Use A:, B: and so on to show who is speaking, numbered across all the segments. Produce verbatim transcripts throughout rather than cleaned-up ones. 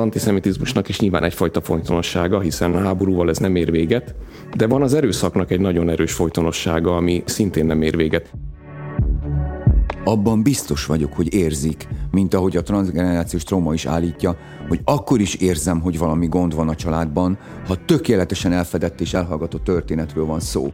A: antiszemitizmusnak is nyilván egyfajta folytonossága, hiszen a háborúval ez nem ér véget, de van az erőszaknak egy nagyon erős folytonossága, ami szintén nem ér véget.
B: Abban biztos vagyok, hogy érzik, mint ahogy a transzgenerációs trauma is állítja, hogy akkor is érzem, hogy valami gond van a családban, ha tökéletesen elfedett és elhallgatott történetről van szó.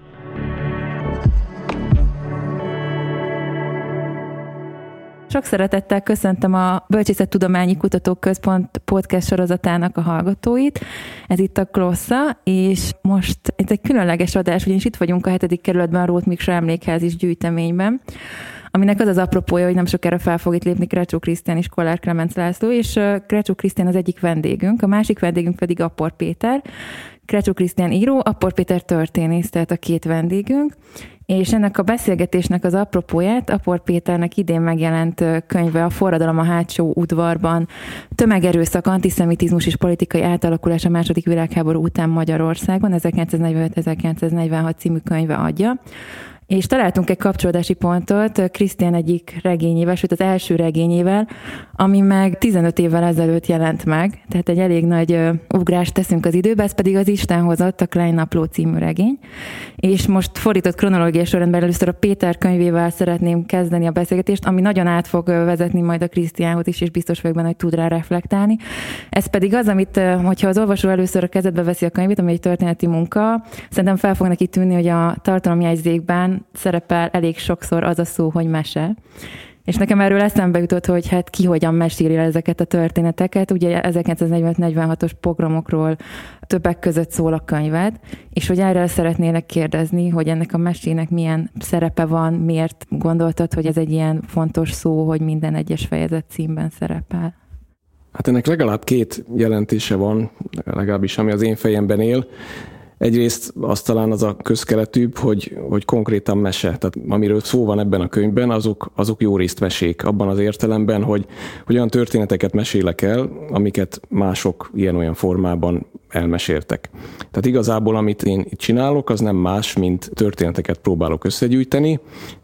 C: Sok szeretettel köszöntöm a Bölcsészettudományi Kutatóközpont podcast sorozatának a hallgatóit. Ez itt a Klossza, és most ez egy különleges adás, ugyanis itt vagyunk a hetedik kerületben a Róth Miksa Emlékházis gyűjteményben, aminek az az apropója, hogy nem sokára fel fog itt lépni Krecsó Krisztián és Kollár Klemenc László, és Krecsó Krisztián az egyik vendégünk, a másik vendégünk pedig Appor Péter. Krecsó Krisztián író, Appor Péter történész, tehát a két vendégünk. És ennek a beszélgetésnek az apropóját Appor Péternek idén megjelent könyve A forradalom a hátsó udvarban, tömegerőszak, antiszemitizmus és politikai átalakulás a második világháború után Magyarországon, ezerkilencszáznegyvenöt-ezerkilencszáznegyvenhat című könyve adja. És találtunk egy kapcsolódási pontot Krisztián egyik regényével, sőt az első regényével, ami meg tizenöt évvel ezelőtt jelent meg, tehát egy elég nagy uh, ugrást teszünk az időbe, ez pedig az Isten hozott, a Klein Napló című regény. És most fordított kronológiai sorrendben először a Péter könyvével szeretném kezdeni a beszélgetést, ami nagyon át fog vezetni majd a Krisztiánhoz is, és biztos vagyok benne, hogy tud rá reflektálni. Ez pedig az, amit, uh, hogyha az olvasó először a kezedbe veszi a könyvét, ami egy történeti munka, szerintem fel fog neki tűnni, hogy a tartalomjegyzékben szerepel elég sokszor az a szó, hogy mese. És nekem erről eszembe jutott, hogy hát ki hogyan meséli ezeket a történeteket. Ugye ezerkilencszáznegyvenöt-negyvenhatos pogromokról többek között szól a könyved, és hogy erre szeretnélek kérdezni, hogy ennek a mesének milyen szerepe van, miért gondoltad, hogy ez egy ilyen fontos szó, hogy minden egyes fejezet címben szerepel?
A: Hát ennek legalább két jelentése van, legalábbis ami az én fejemben él. Egyrészt az talán az a közkeletűbb, hogy, hogy konkrétan mese. Tehát amiről szó van ebben a könyvben, azok, azok jó részt mesék. Abban az értelemben, hogy, hogy olyan történeteket mesélek el, amiket mások ilyen-olyan formában elmeséltek. Tehát igazából, amit én itt csinálok, az nem más, mint történeteket próbálok összegyűjteni,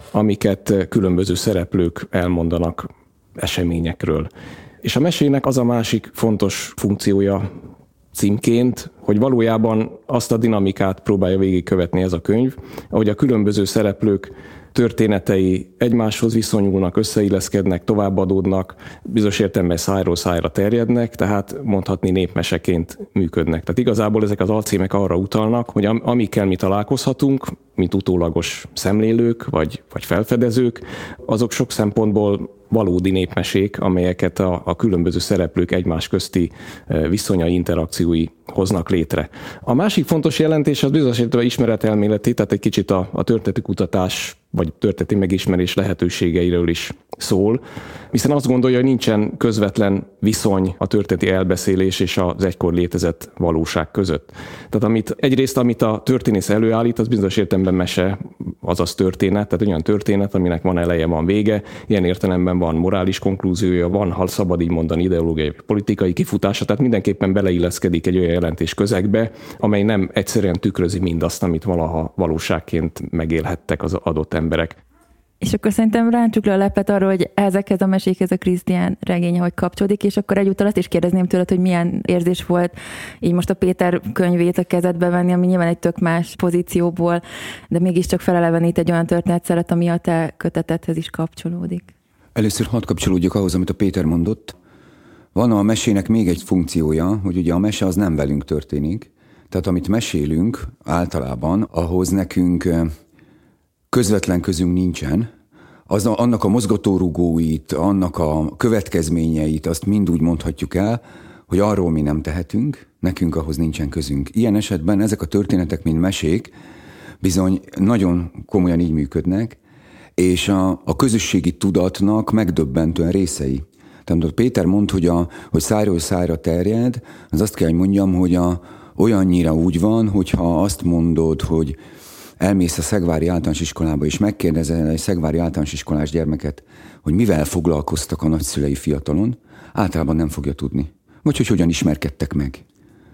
A: amiket különböző szereplők elmondanak eseményekről. És a mesének az a másik fontos funkciója, címként, hogy valójában azt a dinamikát próbálja végigkövetni ez a könyv, ahogy a különböző szereplők történetei egymáshoz viszonyulnak, összeilleszkednek, továbbadódnak, bizonyos értelemben szájról szájra terjednek, tehát mondhatni népmeseként működnek. Tehát igazából ezek az alcímek arra utalnak, hogy amikkel mi találkozhatunk, mint utólagos szemlélők vagy, vagy felfedezők, azok sok szempontból valódi népmesék, amelyeket a, a különböző szereplők egymás közti viszonyai, interakciói hoznak létre. A másik fontos jelentés az bizonyos értelemben ismeretelméleti, tehát egy kicsit a, a történeti kutatás vagy történeti megismerés lehetőségeiről is szól, hiszen azt gondolja, hogy nincsen közvetlen viszony a történeti elbeszélés és az egykor létezett valóság között. Tehát amit, egyrészt, amit a történész előállít, az bizonyos értelemben mese, azaz történet, tehát olyan történet, aminek van eleje, van vége, ilyen értelemben van morális konklúziója, van, ha szabad így mondani, ideológiai, politikai kifutása, tehát mindenképpen beleilleszkedik egy olyan jelentés közegbe, amely nem egyszerűen tükrözi mindazt, amit valaha valóságként megélhettek az adott emberek.
C: És akkor szerintem ráncsuk le a lepet arról, hogy ezekhez a mesékhez a Krisztián regénye hogy kapcsolódik, és akkor egyúttal azt is kérdezném tőled, hogy milyen érzés volt így most a Péter könyvét a kezedbe venni, ami nyilván egy tök más pozícióból, de mégiscsak felelevenít egy olyan történetszeret, ami a te kötetedhez is kapcsolódik.
B: Először hadd kapcsolódjak ahhoz, amit a Péter mondott. Van a mesének még egy funkciója, hogy ugye a mese az nem velünk történik, tehát amit mesélünk általában, ahhoz nekünk közvetlen közünk nincsen, az, annak a mozgatórugóit, annak a következményeit, azt mind úgy mondhatjuk el, hogy arról mi nem tehetünk, nekünk ahhoz nincsen közünk. Ilyen esetben ezek a történetek, mint mesék, bizony nagyon komolyan így működnek, és a, a közösségi tudatnak megdöbbentően részei. Tehát Péter mond, hogy, a, hogy szájról szájra terjed, az azt kell, hogy mondjam, hogy a, olyannyira úgy van, hogyha azt mondod, hogy elmész a Szegvári általános iskolába, és megkérdezel egy szegvári általános iskolás gyermeket, hogy mivel foglalkoztak a nagyszülei fiatalon, általában nem fogja tudni. Vagy hogy hogyan ismerkedtek meg.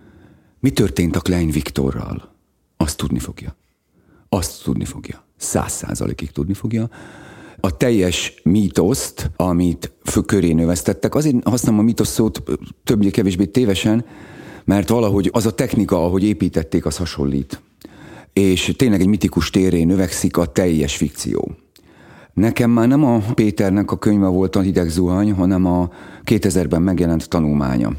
B: Mi történt a Klein Viktorral? Azt tudni fogja. Azt tudni fogja. Száz százalékig tudni fogja. a teljes mítoszt, amit köré növesztettek. Azért használom a mítosz szót többé-kevésbé tévesen, mert valahogy az a technika, ahogy építették, az hasonlít. És tényleg egy mitikus térrén növekszik a teljes fikció. Nekem már nem a Péternek a könyve volt a Hideg zuhany, hanem a kétezerben megjelent tanulmánya.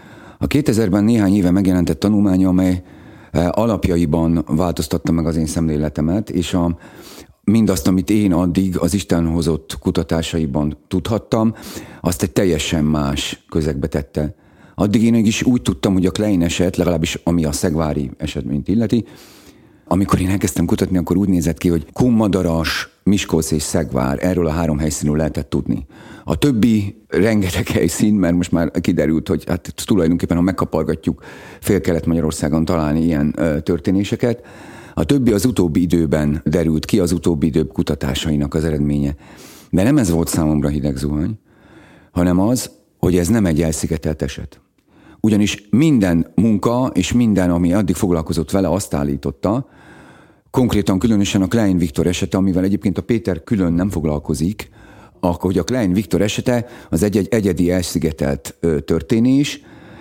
B: A kétezerben néhány éve megjelentett tanulmánya, amely alapjaiban változtatta meg az én szemléletemet, és a, mindazt, amit én addig az Isten hozott kutatásaiban tudhattam, azt egy teljesen más közegbe tette. Addig én is úgy tudtam, hogy a Klein eset, legalábbis ami a szegvári esetményt illeti, amikor én elkezdtem kutatni, akkor úgy nézett ki, hogy Kunmadaras, Miskolc és Szegvár, erről a három helyszínről lehetett tudni. A többi rengeteg helyszín, mert most már kiderült, hogy hát tulajdonképpen, ha megkapargatjuk, Fél-Kelet-Magyarországon találni ilyen ö, történéseket. A többi az utóbbi időben derült ki, az utóbbi idők kutatásainak az eredménye. De nem ez volt számomra hideg zuhany, hanem az, hogy ez nem egy elszigetelt eset. Ugyanis minden munka és minden, ami addig foglalkozott vele, azt állította, konkrétan különösen a Klein Viktor esete, amivel egyébként a Péter külön nem foglalkozik, akkor hogy a Klein Viktor esete az egy, egy egyedi elszigetelt ö, történés,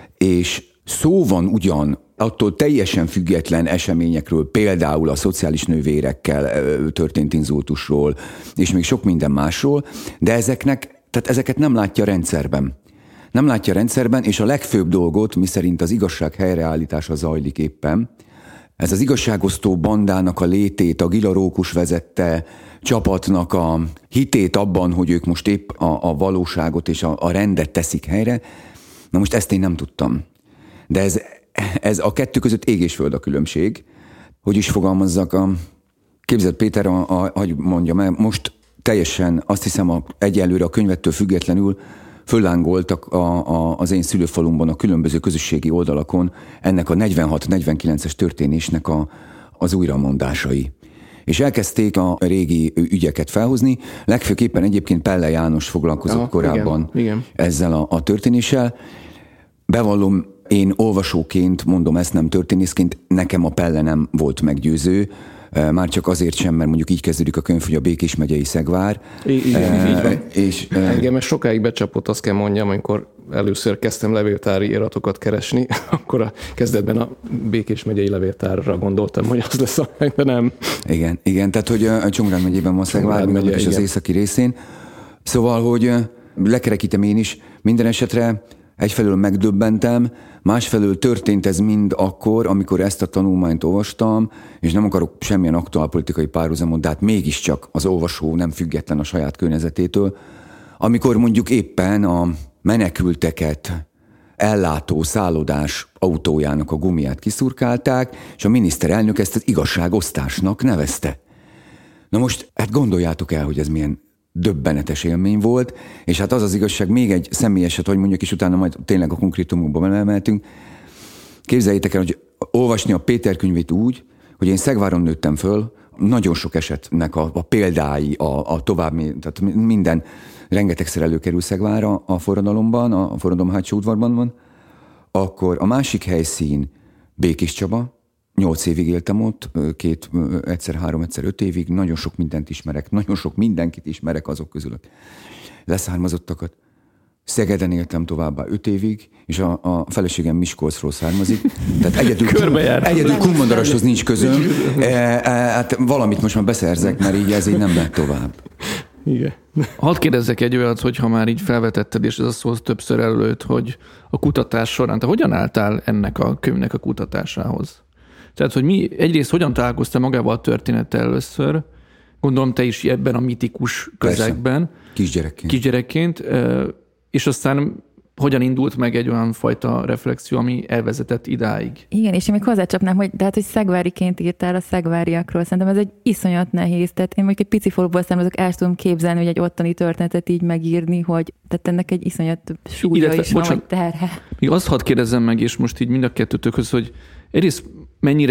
B: és szó van ugyan attól teljesen független eseményekről, például a szociális nővérekkel ö, történt inzultusról, és még sok minden másról, de ezeknek, tehát ezeket nem látja rendszerben. Nem látja rendszerben, és a legfőbb dolgot, miszerint az igazság helyreállítása zajlik éppen, ez az igazságosztó bandának a létét, a Gila Rókus vezette csapatnak a hitét abban, hogy ők most épp a, a valóságot és a, a rendet teszik helyre. Na most ezt én nem tudtam. De ez, ez a kettő között ég és föld a különbség. Hogy is fogalmazzak, a képzeld Péter, a, a, hogy mondjam el, most teljesen azt hiszem a, egyelőre a könyvettől függetlenül föllángoltak a, a, az én szülőfalumban a különböző közösségi oldalakon ennek a negyvenhat negyvenkilences történésnek a, az újramondásai. És elkezdték a régi ügyeket felhozni, legfőképpen egyébként Pelle János foglalkozott Aha, korábban igen, igen. ezzel a, a történéssel. Bevallom, én olvasóként, mondom ezt nem történészként, nekem a Pelle nem volt meggyőző, már csak azért sem, mert mondjuk így kezdődik a könyv, hogy a Békés megyei Szegvár.
A: I- igen, e, így van. És, engem ez sokáig becsapott, azt kell mondjam, amikor először kezdtem levéltári iratokat keresni, akkor a kezdetben a Békés megyei levéltárra gondoltam, hogy az lesz a de nem.
B: Igen, igen, tehát hogy a Csongrád megyében van Szegvár, megye, és az északi részén. Szóval, hogy lekerekítem én is, minden esetre egyfelől megdöbbentem, másfelől történt ez mind akkor, amikor ezt a tanulmányt olvastam, és nem akarok semmilyen aktuálpolitikai párhuzamot, de hát mégiscsak az olvasó nem független a saját környezetétől, amikor mondjuk éppen a menekülteket ellátó szállodás autójának a gumiát kiszurkálták, és a miniszterelnök ezt az igazságosztásnak nevezte. Na most, hát gondoljátok el, hogy ez milyen döbbenetes élmény volt, és hát az az igazság, még egy személyeset, hogy mondjuk, és utána majd tényleg a konkrétumokba belemeltünk. Képzeljétek el, hogy olvasni a Péter könyvét úgy, hogy én Szegváron nőttem föl, nagyon sok esetnek a, a példái, a, a további, tehát minden, rengetegszer előkerül Szegvárra a forradalomban, a forradalom hátsó udvarban van, akkor a másik helyszín Békés Csaba, Nyolc évig éltem ott, két, egyszer három, egyszer öt évig, nagyon sok mindent ismerek, nagyon sok mindenkit ismerek azok közül, leszármazottakat. Szegeden éltem továbbá öt évig, és a, a feleségem Miskolcról származik. Tehát egyedül, egyedül Kunmadarashoz nincs közöm. E, e, hát valamit most már beszerzek, mert így ez így nem lett tovább.
A: Igen.
D: Hadd kérdezzek egy olyat, hogyha már így felvetetted, és ez a szó többször előtt, hogy a kutatás során, te hogyan álltál ennek a könyvnek a kutatásához? Tehát, hogy mi egyrészt hogyan találkoztál magával a történettel először, gondolom te is ebben a mitikus közegben.
B: Persze. Kisgyerekként.
D: Kisgyerekként, és aztán hogyan indult meg egy olyan fajta reflexió, ami elvezetett idáig.
C: Igen, és én még hozzácsapnám, hogy, de hát, hogy szegváriként írtál a szegváriakról, szerintem ez egy iszonyat nehéz. Tehát én mondjuk egy pici faluból származok, el tudom képzelni, hogy egy ottani történetet így megírni, hogy tehát ennek egy iszonyat súlya Illetve, is van, vagy terhe.
D: Még azt hadd kérdezzem meg, és most így mind a kettőtökhöz, hogy egyrészt mennyire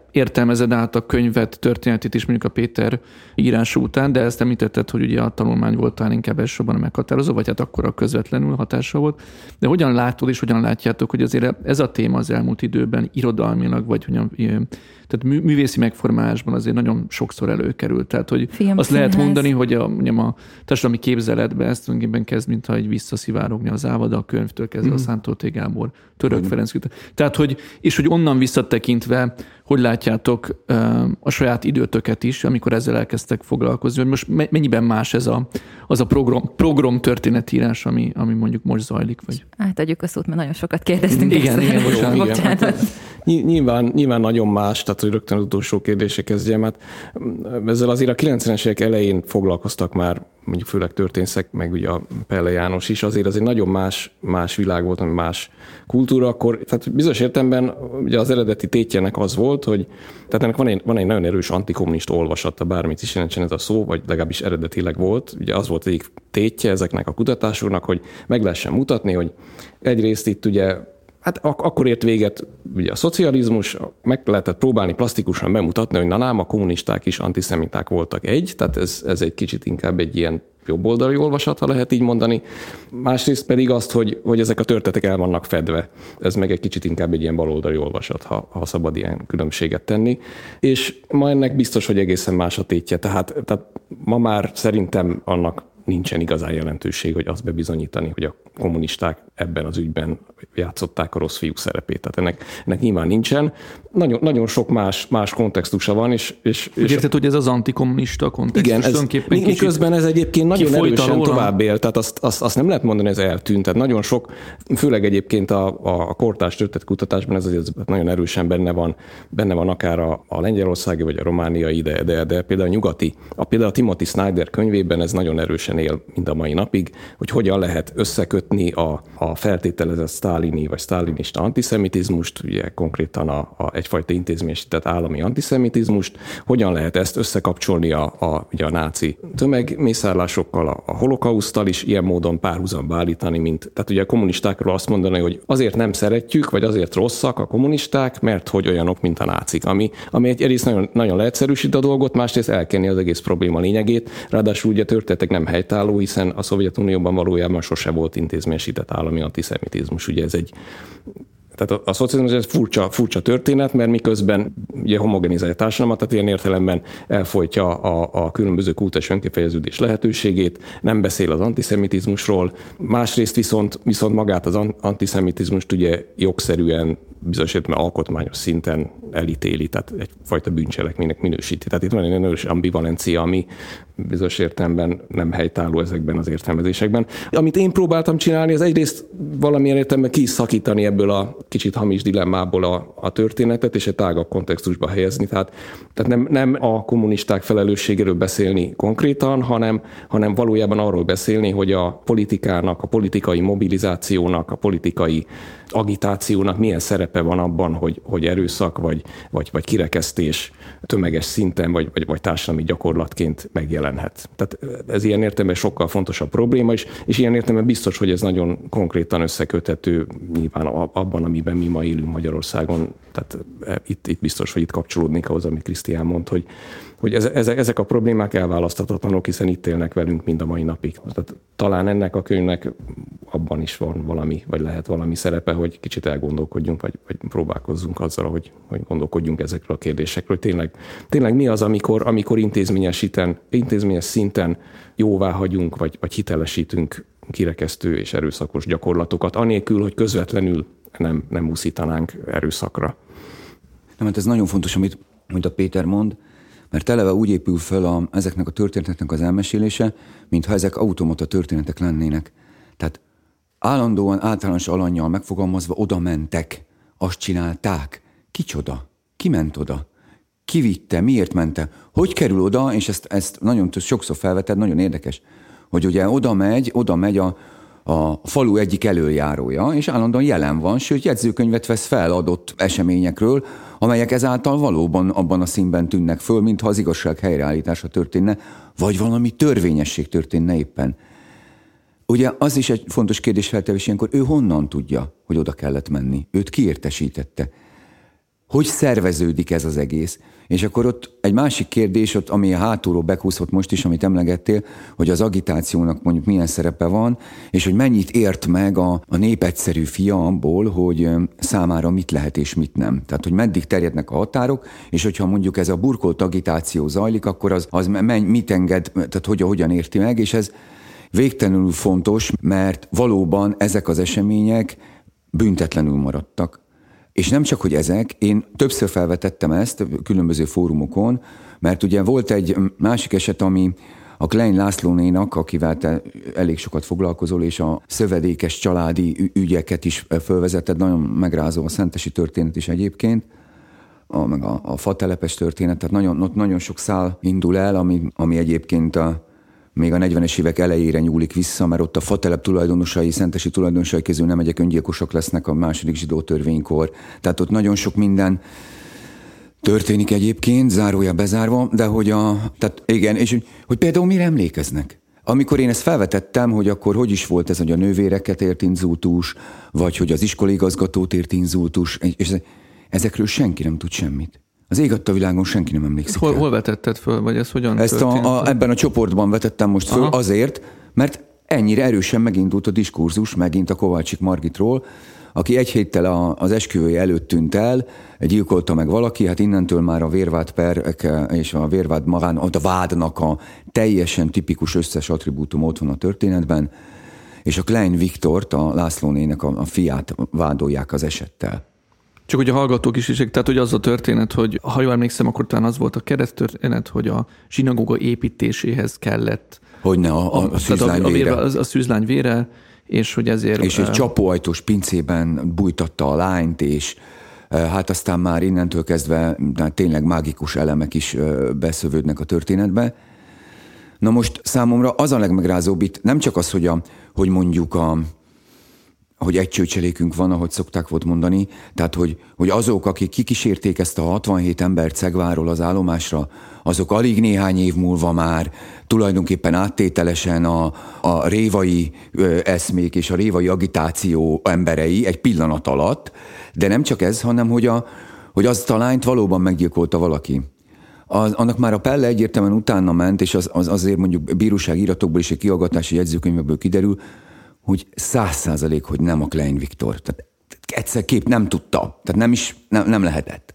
D: értelmezed át a könyvet, történetét is mondjuk a Péter írása után, de ezt említetted, hogy ugye a tanulmány volt talán inkább elsősorban a meghatározó, vagy hát akkor a közvetlenül hatása volt. De hogyan látod és hogyan látjátok, hogy azért ez a téma az elmúlt időben irodalmilag, vagy hogyan, tehát művészi megformálásban azért nagyon sokszor előkerült. Tehát, hogy
C: Film
D: azt lehet
C: színház.
D: mondani, hogy a, mondjam, a társadalmi képzeletben ezt tulajdonképpen kezd, mintha egy visszaszivárogni az Ávada a könyvtől kezdve, mm. a Szántó T. Gábor, Török mm. Ferenc. Tehát, hogy, és hogy onnan visszatekintve, hogy látjátok a saját időtöket is, amikor ezzel elkezdtek foglalkozni, hogy most mennyiben más ez a, az a program, program történetírás, ami, ami mondjuk most zajlik? Vagy?
C: Átadjuk a szót, mert nagyon sokat kérdeztünk.
D: Igen, igen, bocsánat.
A: Igen. Nyilván, nyilván nagyon más, tehát hogy rögtön az utolsó kérdésre kezdjem. Hát ezzel azért a kilencvenes évek elején foglalkoztak már, mondjuk főleg történészek, meg ugye a Pelle János is, azért azért nagyon más, más világ volt, ami más kultúra, akkor, tehát bizonyos értelemben ugye az eredeti tétjenek az volt, hogy tehát ennek van egy, van egy nagyon erős antikommunista olvasata, bármit is jelentsen ez a szó, vagy legalábbis eredetileg volt. Ugye az volt egyik tétje ezeknek a kutatásoknak, hogy meg lehessen mutatni, hogy egyrészt itt ugye hát ak- akkor ért véget ugye a szocializmus, meg lehetett próbálni plastikusan bemutatni, hogy na nám, a kommunisták is antiszemiták voltak egy, tehát ez, ez egy kicsit inkább egy ilyen jobboldali olvasat, ha lehet így mondani. Másrészt pedig azt, hogy, hogy ezek a történetek el vannak fedve. Ez meg egy kicsit inkább egy ilyen baloldali olvasat, ha, ha szabad ilyen különbséget tenni. És ma ennek biztos, hogy egészen más a tétje. Tehát, tehát ma már szerintem annak nincsen igazán jelentőség, hogy azt bebizonyítani, hogy a kommunisták ebben az ügyben játszották a rossz fiúk szerepét. Tehát ennek, ennek nyilván nincsen. Nagyon, nagyon sok más, más kontextusa van. És, és,
D: és érted, hogy ez az antikommunista kontextus?
A: Igen, ez, miközben ez egyébként nagyon erősen tovább él, tehát azt, azt, azt nem lehet mondani, hogy ez eltűnt. Tehát nagyon sok, főleg egyébként a, a kortárs történetkutatásban ez, ez nagyon erősen benne van, benne van akár a, a lengyelországi vagy a romániai, de, de, de például a nyugati, a, például a Timothy Snyder könyvében ez nagyon erősen él mind a mai napig, hogy hogyan lehet összekötni a, a feltételezett sztálini vagy sztálinista antiszemitizmust, ugye konkrétan a, a egyfajta intézményesített állami antiszemitizmust, hogyan lehet ezt összekapcsolni a, a, ugye a náci tömegmészárlásokkal, a, a holokauszttal is ilyen módon párhuzamba állítani, mint, tehát ugye a kommunistákról azt mondani, hogy azért nem szeretjük, vagy azért rosszak a kommunisták, mert hogy olyanok, mint a nácik, ami, ami egy egyrészt nagyon, nagyon leegyszerűsít a dolgot, másrészt elkenni az egész probléma lényegét, ráadásul ugye történetek nem helytálló, hiszen a Szovjetunióban valójában sose volt intézményesített állami antiszemitizmus. Ugye ez egy Tehát a, a szocializmus ez furcsa, furcsa történet, mert miközben ugye homogenizálja a társadalmat, tehát ilyen értelemben elfolytja a, a különböző kultúrás önkifejeződés lehetőségét, nem beszél az antiszemitizmusról, másrészt viszont, viszont magát az antiszemitizmust ugye jogszerűen bizonyos értelemben alkotmányos szinten elítéli, tehát egyfajta bűncselekménynek minősíti. Tehát itt van egy erős ambivalencia, ami bizonyos értelemben nem helytálló ezekben az értelmezésekben. Amit én próbáltam csinálni, az egyrészt valamilyen értelemben kiszakítani ebből a kicsit hamis dilemmából a, a történetet, és egy tágabb kontextusba helyezni. Tehát, tehát nem, nem a kommunisták felelősségéről beszélni konkrétan, hanem, hanem valójában arról beszélni, hogy a politikának, a politikai mobilizációnak, a politikai agitációnak milyen szerepe van abban, hogy, hogy erőszak vagy, vagy, vagy kirekesztés tömeges szinten vagy, vagy, vagy társadalmi gyakorlatként megjelenhet. Tehát ez ilyen értelemben sokkal fontosabb probléma is, és ilyen értelemben biztos, hogy ez nagyon konkrétan összeköthető nyilván abban, amiben mi ma élünk Magyarországon. Tehát itt, itt biztos, hogy itt kapcsolódnék ahhoz, amit Krisztián mond, hogy, hogy ezek, ezek a problémák elválaszthatatlanok, hiszen itt élnek velünk mind a mai napig. Tehát talán ennek a könyvnek abban is van valami, vagy lehet valami szerepe, hogy kicsit elgondolkodjunk, vagy, vagy próbálkozzunk azzal, hogy, hogy gondolkodjunk ezekről a kérdésekről. Tényleg, tényleg mi az, amikor, amikor intézményesíten, intézményes szinten jóvá hagyunk, vagy, vagy hitelesítünk kirekesztő és erőszakos gyakorlatokat, anélkül, hogy közvetlenül nem, nem úszítanánk erőszakra.
B: Nem, hát ez nagyon fontos, amit, amit a Péter mond, mert eleve úgy épül fel a, ezeknek a történeteknek az elmesélése, mintha ezek automata történetek lennének. Tehát állandóan általános alannyal megfogalmazva oda mentek, azt csinálták. Kicsoda? Ki ment oda? Ki vitte? Miért mente? Hogy kerül oda? És ezt, ezt nagyon sokszor felveted, nagyon érdekes, hogy ugye oda megy, oda megy a, a falu egyik elöljárója, és állandóan jelen van, sőt jegyzőkönyvet vesz fel adott eseményekről, amelyek ezáltal valóban abban a színben tűnnek föl, mintha az igazság helyreállítása történne, vagy valami törvényesség történne éppen. Ugye az is egy fontos kérdés feltevés ilyenkor, ő honnan tudja, hogy oda kellett menni? Őt ki értesítette? hogy szerveződik ez az egész. És akkor ott egy másik kérdés, ott, ami a hátulról bekúszott most is, amit emlegettél, hogy az agitációnak mondjuk milyen szerepe van, és hogy mennyit ért meg a, a népegyszerű fia abból, hogy számára mit lehet és mit nem. Tehát, hogy meddig terjednek a határok, és hogyha mondjuk ez a burkolt agitáció zajlik, akkor az, az menny, mit enged, tehát hogy, hogyan érti meg, és ez végtelenül fontos, mert valóban ezek az események büntetlenül maradtak. És nem csak, hogy ezek, én többször felvetettem ezt különböző fórumokon, mert ugye volt egy másik eset, ami a Klein Lászlónénak, akivel te elég sokat foglalkozol, és a szövedékes családi ügyeket is fölvezetted, nagyon megrázó a szentesi történet is egyébként, a, meg a, a fatelepes történet, tehát nagyon, nagyon sok szál indul el, ami, ami egyébként a még a negyvenes évek elejére nyúlik vissza, mert ott a fatelep tulajdonosai, szentesi tulajdonosai közül nem egyek öngyilkosok lesznek a második zsidó törvénykor. Tehát ott nagyon sok minden történik egyébként, zárója bezárva, de hogy a, tehát igen, és hogy, hogy például mire emlékeznek? Amikor én ezt felvetettem, hogy akkor hogy is volt ez, hogy a nővéreket ért inzultus, vagy hogy az iskolaigazgatót ért inzultus, és ezekről senki nem tud semmit. Az ég adta világon senki nem emlékszik.
D: Hol, hol vetetted föl, vagy ez hogyan
B: Ezt a, a, ebben a csoportban vetettem most föl. Aha. Azért, mert ennyire erősen megindult a diskurzus, megint a Kovácsik Margitról, aki egy héttel a, az esküvője előtt tűnt el, gyilkolta meg valaki, hát innentől már a vérvád perek és a vérvád magán, a vádnak a teljesen tipikus összes attribútum ott van a történetben, és a Klein Viktort, a Lászlónének a, a fiát vádolják az esettel.
D: Csak hogy a hallgatók is is, tehát hogy az a történet, hogy ha jól emlékszem, akkor talán az volt a kereszttörténet, hogy a zsinagóga építéséhez kellett.
B: Hogyne, a, a, a szűzlány
D: a,
B: vére.
D: A, a, a szűzlány vére, és hogy ezért...
B: És egy csapóajtós pincében bújtatta a lányt, és hát aztán már innentől kezdve tényleg mágikus elemek is beszövődnek a történetbe. Na most számomra az a legmegrázóbb itt, nem csak az, hogy, a, hogy mondjuk a hogy egy csőcselékünk van, ahogy szokták volt mondani, tehát hogy, hogy azok, akik kikísérték ezt a hatvanhét embert Szegváról az állomásra, azok alig néhány év múlva már tulajdonképpen áttételesen a, a révai ö, eszmék és a révai agitáció emberei egy pillanat alatt, de nem csak ez, hanem hogy, a, hogy azt a lányt valóban meggyilkolta valaki. Az, annak már a pelle egyértelműen utána ment, és az, az azért mondjuk bírósági iratokból és egy kihallgatási jegyzőkönyvekből kiderül, hogy száz százalék, hogy nem a Klein Viktor. Tehát egyszer kép nem tudta. Tehát nem is, nem, nem lehetett.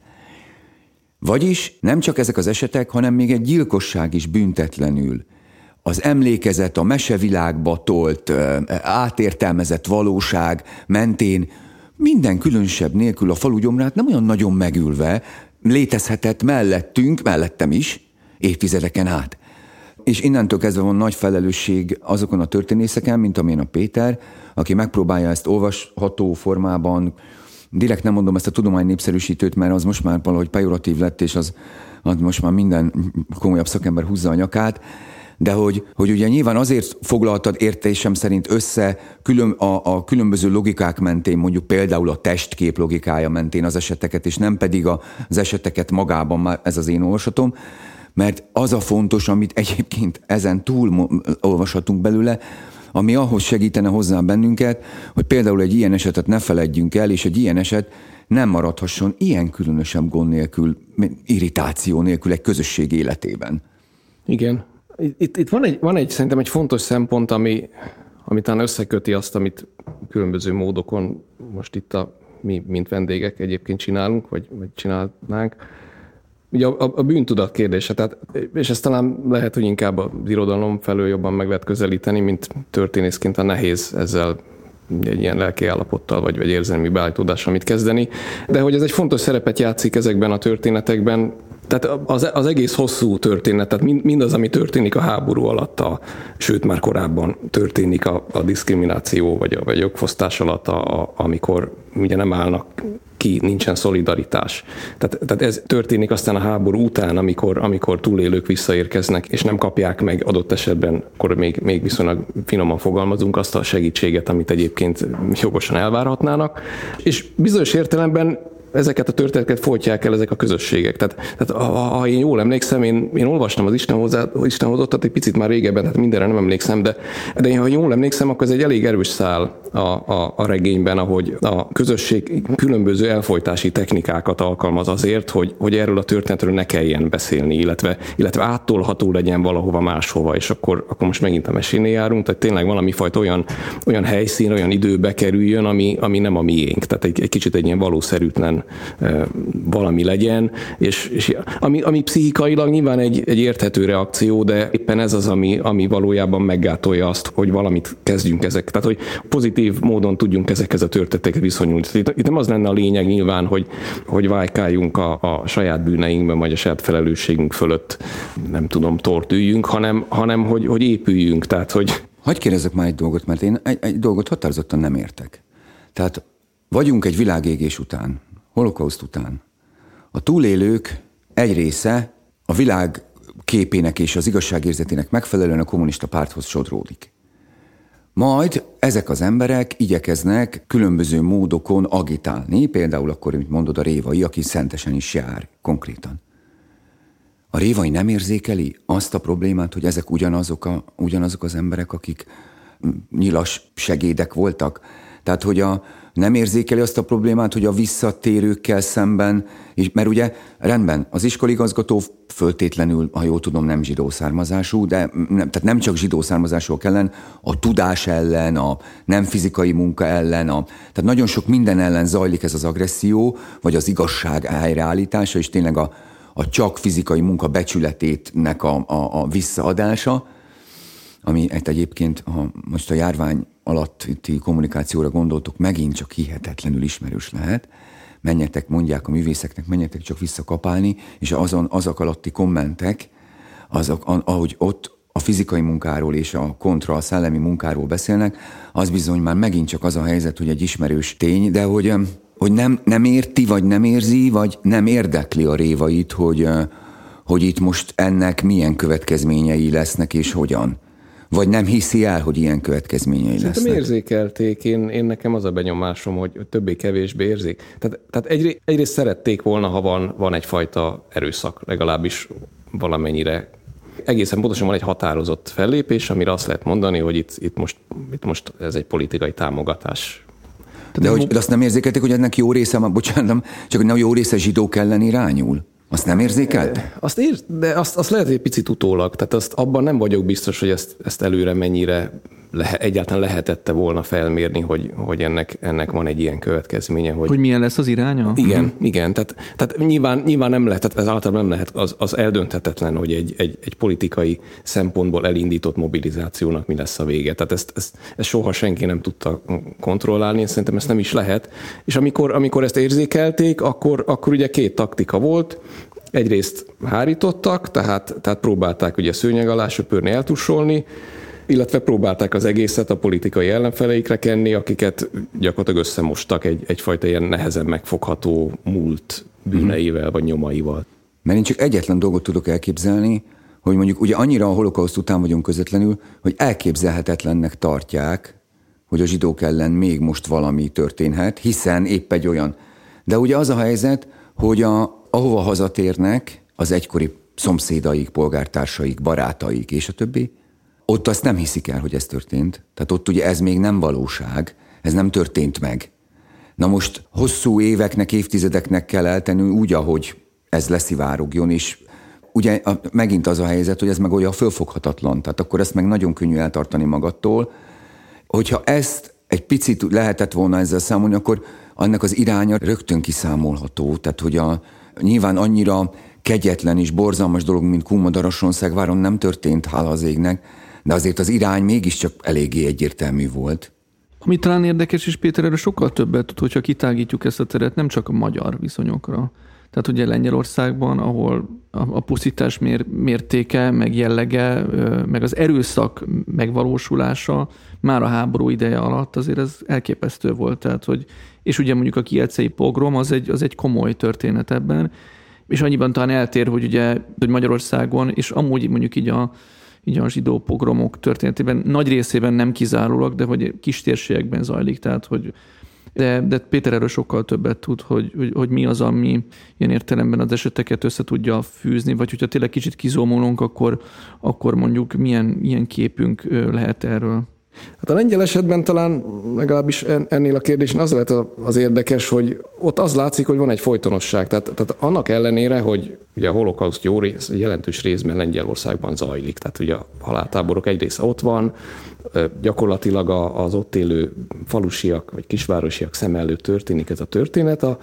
B: Vagyis nem csak ezek az esetek, hanem még egy gyilkosság is büntetlenül. Az emlékezet, a mesevilágba tolt, átértelmezett valóság mentén minden különösebb nélkül a falu gyomrát nem olyan nagyon megülve létezhetett mellettünk, mellettem is, évtizedeken át. És innentől kezdve van nagy felelősség azokon a történészeken, mint amilyen a Péter, aki megpróbálja ezt olvasható formában, direkt nem mondom ezt a tudomány népszerűsítőt, mert az most már valahogy pejoratív lett, és az, az most már minden komolyabb szakember húzza a nyakát, de hogy, hogy ugye nyilván azért foglaltad értésem szerint össze külön, a, a különböző logikák mentén, mondjuk például a testkép logikája mentén az eseteket, és nem pedig az eseteket magában, már ez az én olvasatom, mert az a fontos, amit egyébként ezen túl olvashatunk belőle, ami ahhoz segítene hozzá bennünket, hogy például egy ilyen esetet ne feledjünk el, és egy ilyen eset nem maradhasson ilyen különösebb gond nélkül, irritáció nélkül egy közösség életében.
A: Igen. Itt, itt van, egy, van egy szerintem egy fontos szempont, ami, ami talán összeköti azt, amit különböző módokon most itt a, mi, mint vendégek egyébként csinálunk, vagy, vagy csinálnánk. Ugye a, a bűntudat kérdése, tehát, és ezt talán lehet, hogy inkább az irodalom felől jobban meg lehet közelíteni, mint történészként a nehéz ezzel egy ilyen lelki állapottal, vagy, vagy érzelmi beállítódással mit kezdeni. De hogy ez egy fontos szerepet játszik ezekben a történetekben, tehát az, az egész hosszú történet, tehát mind, mindaz, ami történik a háború alatt, a, sőt már korábban történik a, a diszkrimináció, vagy a, vagy a jogfosztás alatt, a, a, amikor ugye nem állnak ki, nincsen szolidaritás. Tehát, tehát ez történik aztán a háború után, amikor, amikor túlélők visszaérkeznek, és nem kapják meg adott esetben, akkor még, még viszonylag finoman fogalmazunk, azt a segítséget, amit egyébként jogosan elvárhatnának. És bizonyos értelemben ezeket a történeteket folytják el ezek a közösségek. Tehát, tehát ha, ha én jól emlékszem, én, én olvastam az Isten hozzá, Isten hozottat egy picit már régebben, tehát mindenre nem emlékszem, de, de én, ha jól emlékszem, akkor ez egy elég erős szál a, a, a regényben, ahogy a közösség különböző elfojtási technikákat alkalmaz azért, hogy, hogy erről a történetről ne kelljen beszélni, illetve, illetve áttolható legyen valahova máshova, és akkor, akkor most megint a mesénél járunk, tehát tényleg valami fajta olyan, olyan helyszín, olyan időbe kerüljön, ami, ami nem a miénk, tehát egy, egy kicsit egy ilyen valószerűtlen e, valami legyen, és, és ami, ami pszichikailag nyilván egy, egy érthető reakció, de éppen ez az, ami, ami valójában meggátolja azt, hogy valamit kezdjünk ezek, tehát hogy pozitív módon tudjunk ezekhez a történetekhez viszonyulni. Itt, itt nem az lenne a lényeg nyilván, hogy, hogy vájkáljunk a, a saját bűneinkben, vagy a saját felelősségünk fölött, nem tudom, tortüljünk, hanem, hanem hogy, hogy épüljünk, tehát hogy...
B: Hadd kérdezzek már egy dolgot, mert én egy, egy dolgot határozottan nem értek. Tehát vagyunk egy világégés után, holokauszt után. A túlélők egy része a világ képének és az igazságérzetének megfelelően a kommunista párthoz sodródik. Majd ezek az emberek igyekeznek különböző módokon agitálni, például akkor, mint mondod, a Révai, aki szentesen is jár konkrétan. A Révai nem érzékeli azt a problémát, hogy ezek ugyanazok, a, ugyanazok az emberek, akik nyilas segédek voltak? Tehát, hogy a, nem érzékeli azt a problémát, hogy a visszatérőkkel szemben, és, mert ugye rendben, az iskoligazgató föltétlenül, ha jól tudom, nem zsidó származású, de nem, tehát nem csak zsidó származásúak ellen, a tudás ellen, a nem fizikai munka ellen, a, tehát nagyon sok minden ellen zajlik ez az agresszió, vagy az igazság helyreállítása, és tényleg a, a csak fizikai munka becsületének a, a, a visszaadása, ami egyébként, ha most a járvány alatti kommunikációra gondoltuk, megint csak hihetetlenül ismerős lehet. Menjetek, mondják a művészeknek, menjetek csak visszakapálni, és azon, azok alatti kommentek, azok, ahogy ott a fizikai munkáról és a kontra, a szellemi munkáról beszélnek, az bizony már megint csak az a helyzet, hogy egy ismerős tény, de hogy, hogy nem, nem érti, vagy nem érzi, vagy nem érdekli a Révait, hogy, hogy itt most ennek milyen következményei lesznek, és hogyan. Vagy nem hiszi el, hogy ilyen következményei lesznek?
A: Szerintem érzékelték. Én, én nekem az a benyomásom, hogy többé-kevésbé érzik. Tehát, tehát egyrészt, egyrészt szerették volna, ha van, van egyfajta erőszak, legalábbis valamennyire. Egészen pontosan van egy határozott fellépés, amire azt lehet mondani, hogy itt, itt, most, itt most ez egy politikai támogatás.
B: De, de, hogy, de azt nem érzékelték, hogy ennek jó része, bocsánat, csak hogy nem jó része zsidók ellen irányul? Azt nem érzékelt?
A: Azt ér, de azt, azt lehet, hogy egy picit utólag. Tehát azt, abban nem vagyok biztos, hogy ezt, ezt előre mennyire lehe, egyáltalán lehetette volna felmérni, hogy, hogy ennek, ennek van egy ilyen következménye. Hogy,
D: hogy milyen lesz az iránya?
A: Igen, uh-huh. igen. Tehát, tehát nyilván, nyilván nem lehet, tehát ez általában nem lehet, az, az eldönthetetlen, hogy egy, egy, egy politikai szempontból elindított mobilizációnak mi lesz a vége. Tehát ezt, ezt, ezt soha senki nem tudta kontrollálni, én szerintem ezt nem is lehet. És amikor, amikor ezt érzékelték, akkor, akkor ugye két taktika volt. Egyrészt hárítottak, tehát, tehát próbálták ugye szőnyeg alá söpörni, eltussolni, illetve próbálták az egészet a politikai ellenfeleikre kenni, akiket gyakorlatilag összemostak egy, egyfajta ilyen nehezen megfogható múlt bűneivel vagy nyomaival.
B: Mert én csak egyetlen dolgot tudok elképzelni, hogy mondjuk ugye annyira a holokauszt után vagyunk közvetlenül, hogy elképzelhetetlennek tartják, hogy a zsidók ellen még most valami történhet, hiszen épp egy olyan. De ugye az a helyzet, hogy a ahova hazatérnek az egykori szomszédaik, polgártársaik, barátaik és a többi, ott azt nem hiszik el, hogy ez történt. Tehát ott ugye ez még nem valóság, ez nem történt meg. Na most hosszú éveknek, évtizedeknek kell eltenni úgy, ahogy ez leszivárogjon, és ugye megint az a helyzet, hogy ez meg olyan fölfoghatatlan, tehát akkor ezt meg nagyon könnyű eltartani magadtól. Hogyha ezt egy picit lehetett volna ezzel számolni, akkor annak az iránya rögtön kiszámolható, tehát hogy a nyilván annyira kegyetlen és borzalmas dolog, mint Kunmadaras-Sonszegváron nem történt, hála az égnek, de azért az irány mégiscsak eléggé egyértelmű volt.
D: Ami talán érdekes, és Péter erről sokkal többet tud, hogyha kitágítjuk ezt a teret, nem csak a magyar viszonyokra. Tehát ugye Lengyelországban, ahol a pusztítás mér, mértéke, meg jellege, meg az erőszak megvalósulása már a háború ideje alatt azért ez elképesztő volt. Tehát, hogy, és ugye mondjuk a kielcei pogrom az egy, az egy komoly történet ebben, és annyiban talán eltér, hogy ugye hogy Magyarországon, és amúgy mondjuk így a, így a zsidó pogromok történetében nagy részében nem kizárólag, de hogy kis térségekben zajlik, tehát hogy De, de Péter erről sokkal többet tud, hogy, hogy, hogy mi az, ami ilyen értelemben az eseteket össze tudja fűzni, vagy hogyha tényleg kicsit kizómolunk, akkor, akkor mondjuk milyen, milyen képünk lehet erről.
A: Hát a lengyel esetben talán legalábbis ennél a kérdésnél az lehet az érdekes, hogy ott az látszik, hogy van egy folytonosság. Tehát, tehát annak ellenére, hogy ugye a holokauszt jó rész, jelentős részben Lengyelországban zajlik. Tehát ugye a haláltáborok egy része ott van, gyakorlatilag az ott élő falusiak vagy kisvárosiak szem előtt történik ez a történet. A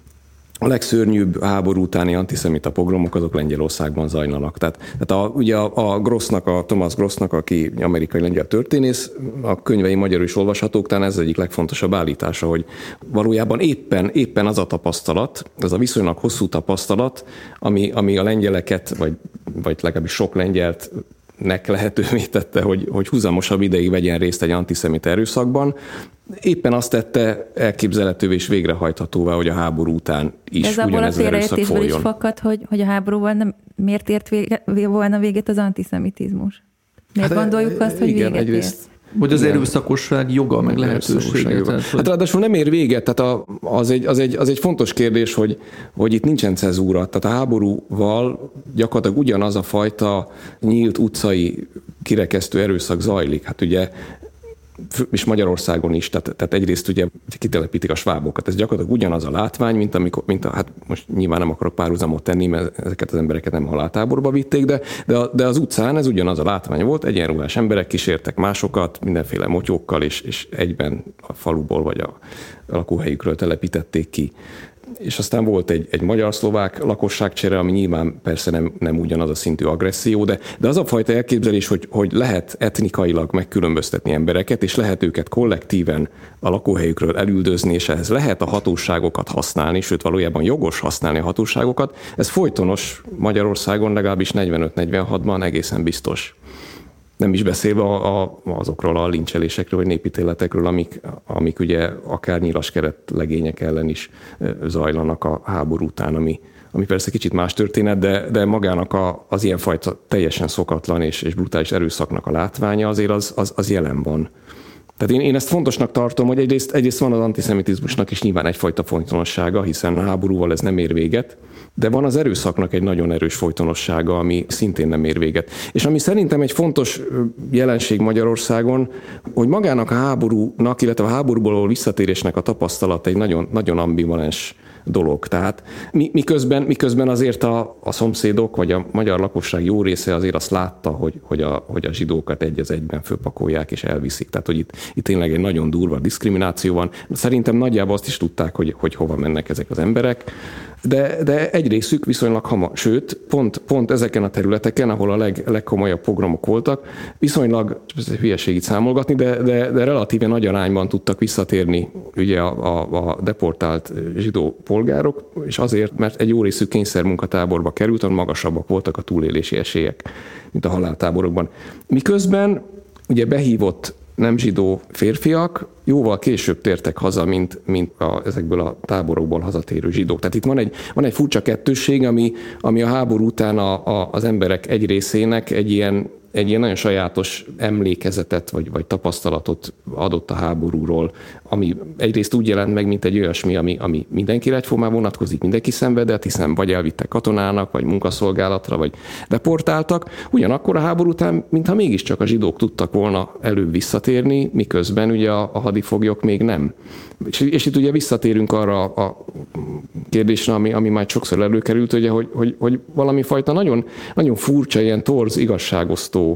A: A legszörnyűbb háború utáni antiszemita pogromok azok Lengyelországban zajlanak. Tehát, tehát a, ugye a, a Grossnak, a Thomas Grossnak, aki amerikai lengyel történész, a könyvei magyarul is olvashatók, talán ez egyik legfontosabb állítása, hogy valójában éppen, éppen az a tapasztalat, az a viszonylag hosszú tapasztalat, ami, ami a lengyeleket, vagy, vagy legalábbis sok lengyelt nek lehetővé tette, hogy, hogy húzamosabb ideig vegyen részt egy antiszemita erőszakban. Éppen azt tette elképzelhetővé és végrehajthatóvá, hogy a háború után is ugyanez az erőszak folyjon.
C: Ez is fakad, hogy, hogy a háborúval nem, miért ért vége, volna véget az antiszemitizmus? Miért hát gondoljuk azt, hogy igen, véget ért?
D: Hogy az erőszakosság joga, meg lehetősége.
A: Tehát, hát ráadásul nem ér véget, tehát a, az, egy, az, egy, az egy fontos kérdés, hogy, hogy itt nincsen cezúra. Tehát a háborúval gyakorlatilag ugyanaz a fajta nyílt utcai kirekesztő erőszak zajlik. Hát ugye és Magyarországon is, tehát, tehát egyrészt ugye kitelepítik a svábokat. Ez gyakorlatilag ugyanaz a látvány, mint amikor, mint a, hát most nyilván nem akarok párhuzamot tenni, mert ezeket az embereket nem haláltáborba vitték, de, de, a, de az utcán ez ugyanaz a látvány volt, egyenruhás emberek kísértek másokat, mindenféle motyókkal, és, és egyben a faluból vagy a, a lakóhelyükről telepítették ki. És aztán volt egy, egy magyar-szlovák lakosságcsere, ami nyilván persze nem, nem ugyanaz a szintű agresszió, de, de az a fajta elképzelés, hogy, hogy lehet etnikailag megkülönböztetni embereket, és lehet őket kollektíven a lakóhelyükről elüldözni, és ehhez lehet a hatóságokat használni, sőt valójában jogos használni a hatóságokat, ez folytonos Magyarországon legalábbis negyvenöt-negyvenhatban egészen biztos. Nem is beszélve a, a, azokról a lincselésekről, vagy népítéletekről, amik, amik ugye akár nyilaskeret legények ellen is zajlanak a háború után, ami, ami persze kicsit más történet, de, de magának a, az ilyenfajta teljesen szokatlan és, és brutális erőszaknak a látványa azért az, az, az jelen van. Tehát én, én ezt fontosnak tartom, hogy egyrészt, egyrészt van az antiszemitizmusnak is nyilván egyfajta folytonossága, hiszen a háborúval ez nem ér véget, de van az erőszaknak egy nagyon erős folytonossága, ami szintén nem ér véget. És ami szerintem egy fontos jelenség Magyarországon, hogy magának a háborúnak, illetve a háborúból való visszatérésnek a tapasztalat egy nagyon, nagyon ambivalens dolog. Tehát miközben, miközben azért a, a szomszédok, vagy a magyar lakosság jó része azért azt látta, hogy, hogy, a, hogy a zsidókat egy az egyben fölpakolják és elviszik. Tehát, hogy itt, itt tényleg egy nagyon durva diszkrimináció van. Szerintem nagyjából azt is tudták, hogy, hogy hova mennek ezek az emberek. De, de egy részük viszonylag hamar, sőt, pont, pont ezeken a területeken, ahol a leg, legkomolyabb pogromok voltak, viszonylag, ez egy hülyeség itt számolgatni, de, de, de relatíve nagy arányban tudtak visszatérni ugye a, a, a deportált zsidó polgárok, és azért, mert egy jó részük kényszermunkatáborba került, ahol magasabbak voltak a túlélési esélyek, mint a haláltáborokban. Miközben ugye behívott nem zsidó férfiak jóval később tértek haza, mint, mint a, ezekből a táborokból hazatérő zsidók. Tehát itt van egy, van egy furcsa kettősség, ami, ami a háború után a, a, az emberek egy részének egy ilyen, egy ilyen nagyon sajátos emlékezetet vagy, vagy tapasztalatot adott a háborúról, ami egyrészt úgy jelent meg, mint egy olyasmi, ami, ami mindenkire egyformán vonatkozik, mindenki szenvedett, hiszen vagy elvittek katonának, vagy munkaszolgálatra, vagy deportáltak. Ugyanakkor a háború után, mintha mégiscsak a zsidók tudtak volna előbb visszatérni, miközben ugye a, a hadifoglyok még nem. És, és itt ugye visszatérünk arra a kérdésre, ami, ami már sokszor előkerült, ugye, hogy, hogy, hogy valami fajta nagyon, nagyon furcsa, ilyen torz, igazságosztó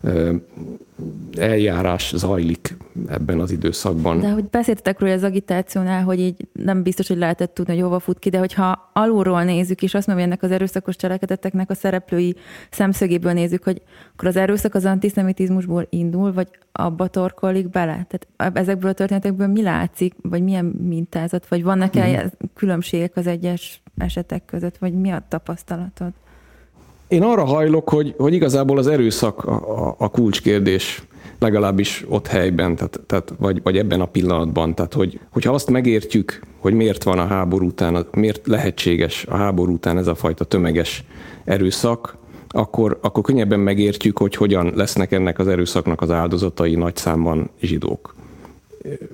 A: eljárás zajlik ebben az időszakban.
C: De hogy beszéltetek róla az agitációnál, hogy így nem biztos, hogy lehetett tudni, hogy hova fut ki, de hogyha alulról nézzük, és azt mondja, hogy ennek az erőszakos cselekedeteknek a szereplői szemszögéből nézzük, hogy akkor az erőszak az antiszemitizmusból indul, vagy abba torkollik bele? Tehát ezekből a történetekből mi látszik, vagy milyen mintázat, vagy vannak-e mm. különbségek az egyes esetek között, vagy mi a tapasztalatod?
A: Én arra hajlok, hogy, hogy igazából az erőszak a, a, a kulcskérdés, legalábbis ott helyben, tehát, tehát, vagy, vagy ebben a pillanatban. Tehát, hogy, hogyha azt megértjük, hogy miért van a háború után, miért lehetséges a háború után ez a fajta tömeges erőszak, akkor, akkor könnyebben megértjük, hogy hogyan lesznek ennek az erőszaknak az áldozatai nagy számban zsidók.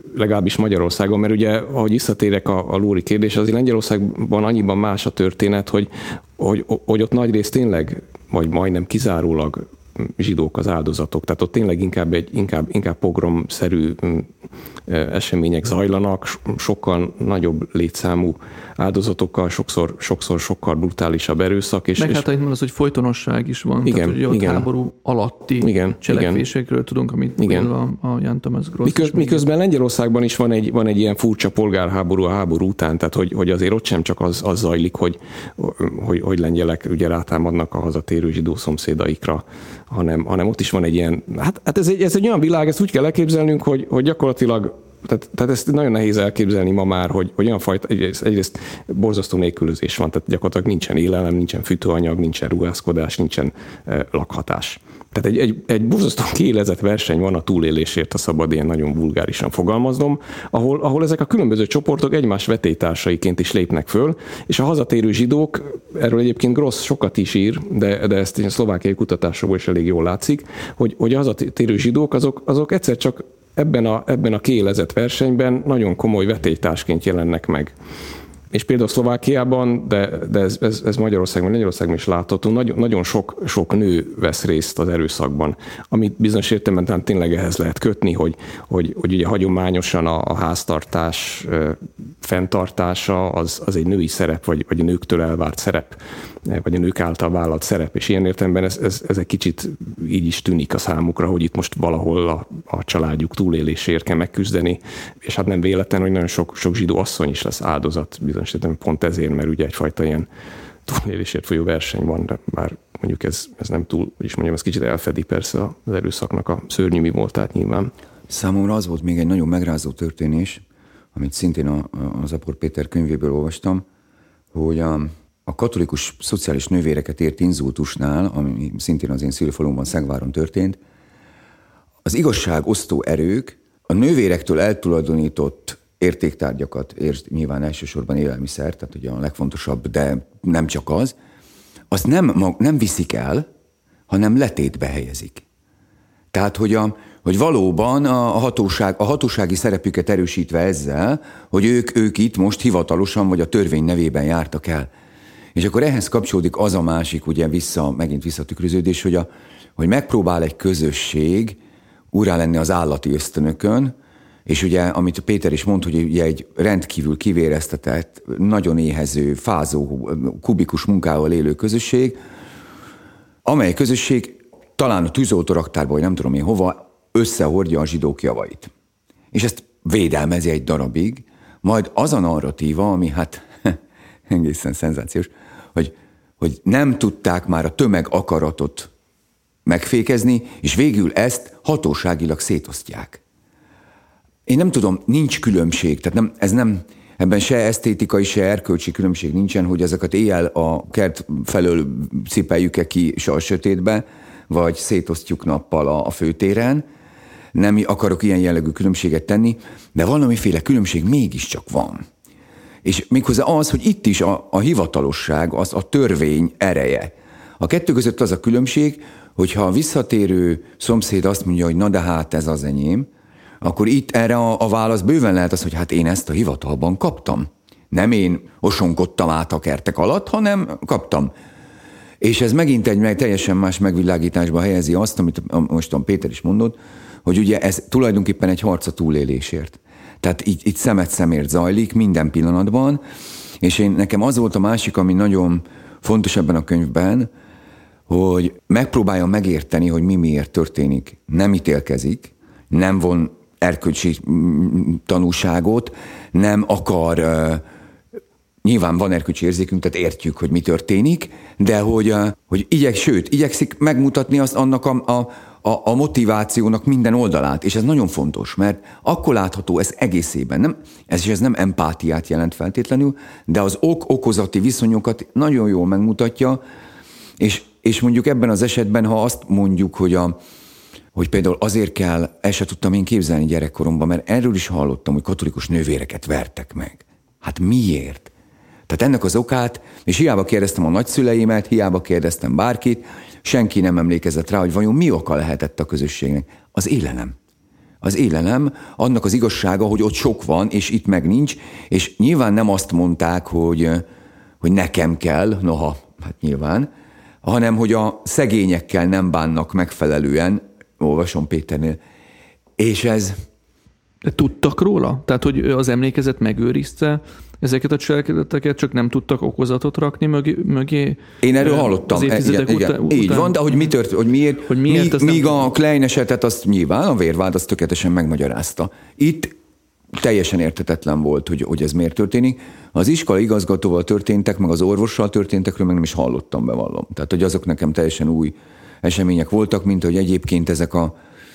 A: legalábbis Magyarországon, mert ugye, ahogy visszatérek a, a Lóri kérdés, azért Lengyelországban annyiban más a történet, hogy, hogy, hogy ott nagyrészt tényleg, vagy majdnem kizárólag zsidók az áldozatok. Tehát ott tényleg inkább, egy, inkább, inkább pogromszerű események zajlanak, sokkal nagyobb létszámú áldozatokkal, sokszor, sokszor sokkal brutálisabb erőszak. És,
D: Meg
A: és
D: hát itt van az, hogy folytonosság is van.
A: Igen,
D: tehát, hogy ott
A: igen.
D: háború alatti igen, cselekvésekről igen. tudunk, amit igen. a, a Jan Thomas Gross.
A: Miköz, miközben Lengyelországban is van egy, van egy ilyen furcsa polgárháború a háború után, tehát hogy, hogy azért ott sem csak az, az zajlik, hogy, hogy, hogy lengyelek ugye rátámadnak a hazatérő zsidó szomszédaikra, hanem, hanem ott is van egy ilyen, hát, hát ez, egy, ez egy olyan világ, ezt úgy kell elképzelnünk, hogy, hogy gyakorlatilag Tehát, tehát ezt nagyon nehéz elképzelni ma már, hogy, hogy olyan fajta, egyrészt, egyrészt borzasztó nélkülözés van, tehát gyakorlatilag nincsen élelem, nincsen fűtőanyag, nincsen ruházkodás, nincsen eh, lakhatás. Tehát egy, egy, egy borzasztó kiélezett verseny van a túlélésért, a szabad ilyen nagyon vulgárisan fogalmaznom, ahol, ahol ezek a különböző csoportok egymás vetélytársaiként is lépnek föl, és a hazatérő zsidók, erről egyébként Gross sokat is ír, de, de ezt a szlovákiai kutatásokból is elég jól látszik, hogy, hogy a hazatérő zsidók azok, azok egyszer csak Ebben a, ebben a kiélezett versenyben nagyon komoly vetélytársként jelennek meg. És például Szlovákiában, de, de ez, ez, ez Magyarországban, Lengyelországban is látható, nagyon, nagyon sok, sok nő vesz részt az erőszakban, amit bizonyos értelemben tényleg ehhez lehet kötni, hogy, hogy, hogy ugye hagyományosan a, a háztartás fenntartása az, az egy női szerep, vagy, vagy a nőktől elvárt szerep, vagy a nők által vállalt szerep, és ilyen értelemben ez, ez, ez egy kicsit így is tűnik a számukra, hogy itt most valahol a, a családjuk túléléséért kell megküzdeni, és hát nem véletlen, hogy nagyon sok, sok zsidó asszony is lesz áldozat bizonyos értelemben pont ezért, mert ugye egyfajta ilyen túlélésért folyó verseny van, de már mondjuk ez, ez nem túl, hogy is mondjam, ez kicsit elfedi persze az erőszaknak a szörnyű mi voltát nyilván.
B: Számomra az volt még egy nagyon megrázó történés, amit szintén a, az Apor Péter könyvéből olvastam, hogy a, a katolikus szociális nővéreket ért inzultusnál, ami szintén az én szülőfalumban, Szegváron történt, az igazságosztó erők a nővérektől eltulajdonított értéktárgyakat, és nyilván elsősorban élelmiszer, tehát ugye a legfontosabb, de nem csak az, azt nem, nem viszik el, hanem letétbe helyezik. Tehát, hogy, a, hogy valóban a, hatóság, a hatósági szerepüket erősítve ezzel, hogy ők, ők itt most hivatalosan, vagy a törvény nevében jártak el. És akkor ehhez kapcsolódik az a másik, ugye vissza, megint visszatükröződés, hogy, a, hogy megpróbál egy közösség urá lenni az állati ösztönökön, és ugye, amit Péter is mondta, hogy ugye egy rendkívül kivéreztetett, nagyon éhező, fázó, kubikus munkával élő közösség, amely közösség talán a tűzoltóraktárban, vagy nem tudom én hova, összehordja a zsidók javait. És ezt védelmezi egy darabig, majd az a narratíva, ami hát egészen szenzációs, hogy, hogy nem tudták már a tömeg akaratot megfékezni, és végül ezt hatóságilag szétosztják. Én nem tudom, nincs különbség, tehát nem, ez nem, ebben se esztétikai, se erkölcsi különbség nincsen, hogy ezeket éjjel a kert felől cipeljük-e ki a sötétbe, vagy szétosztjuk nappal a, a főtéren. Nem akarok ilyen jellegű különbséget tenni, de valamiféle különbség mégiscsak van. És méghozzá az, hogy itt is a, a hivatalosság, az a törvény ereje. A kettő között az a különbség, hogyha a visszatérő szomszéd azt mondja, hogy na de hát ez az enyém, akkor itt erre a, a válasz bőven lehet az, hogy hát én ezt a hivatalban kaptam. Nem én osonkodtam át a kertek alatt, hanem kaptam. És ez megint egy meg, teljesen más megvilágításba helyezi azt, amit most a Péter is mondott, hogy ugye ez tulajdonképpen egy harc a túlélésért. Tehát így, így szemet szemért zajlik minden pillanatban, és én, nekem az volt a másik, ami nagyon fontos ebben a könyvben, hogy megpróbáljam megérteni, hogy mi miért történik. Nem ítélkezik, nem von erkölcsi tanúságot, nem akar, uh, nyilván van erkölcsi érzékünk, tehát értjük, hogy mi történik, de hogy, uh, hogy igyek, sőt, igyekszik megmutatni azt annak a, a, a, a motivációnak minden oldalát, és ez nagyon fontos, mert akkor látható ez egészében, nem, ez, és ez nem empátiát jelent feltétlenül, de az ok-okozati viszonyokat nagyon jól megmutatja, és, és mondjuk ebben az esetben, ha azt mondjuk, hogy a hogy például azért kell, el se tudtam én képzelni gyerekkoromban, mert erről is hallottam, hogy katolikus nővéreket vertek meg. Hát miért? Tehát ennek az okát, és hiába kérdeztem a nagyszüleimet, hiába kérdeztem bárkit, senki nem emlékezett rá, hogy vajon mi oka lehetett a közösségnek. Az élelem. Az élelem, annak az igazsága, hogy ott sok van, és itt meg nincs, és nyilván nem azt mondták, hogy, hogy nekem kell, noha, hát nyilván, hanem hogy a szegényekkel nem bánnak megfelelően, olvasom Péternél, és ez...
D: De tudtak róla? Tehát, hogy az emlékezet megőrizte ezeket a cselekedeteket, csak nem tudtak okozatot rakni mögé? mögé
B: Én erről hallottam. Igen,
D: után,
B: igen. Így
D: után,
B: van, de hogy mi tört, hogy miért,
D: hogy miért
B: míg, míg
D: nem...
B: a Klein esetet, azt nyilván a vérvád, azt tökéletesen megmagyarázta. Itt teljesen érthetetlen volt, hogy, hogy ez miért történik. Az iskola igazgatóval történtek, meg az orvossal történtekről meg nem is hallottam, bevallom. Tehát, hogy azok nekem teljesen új események voltak, mint hogy egyébként ezek a,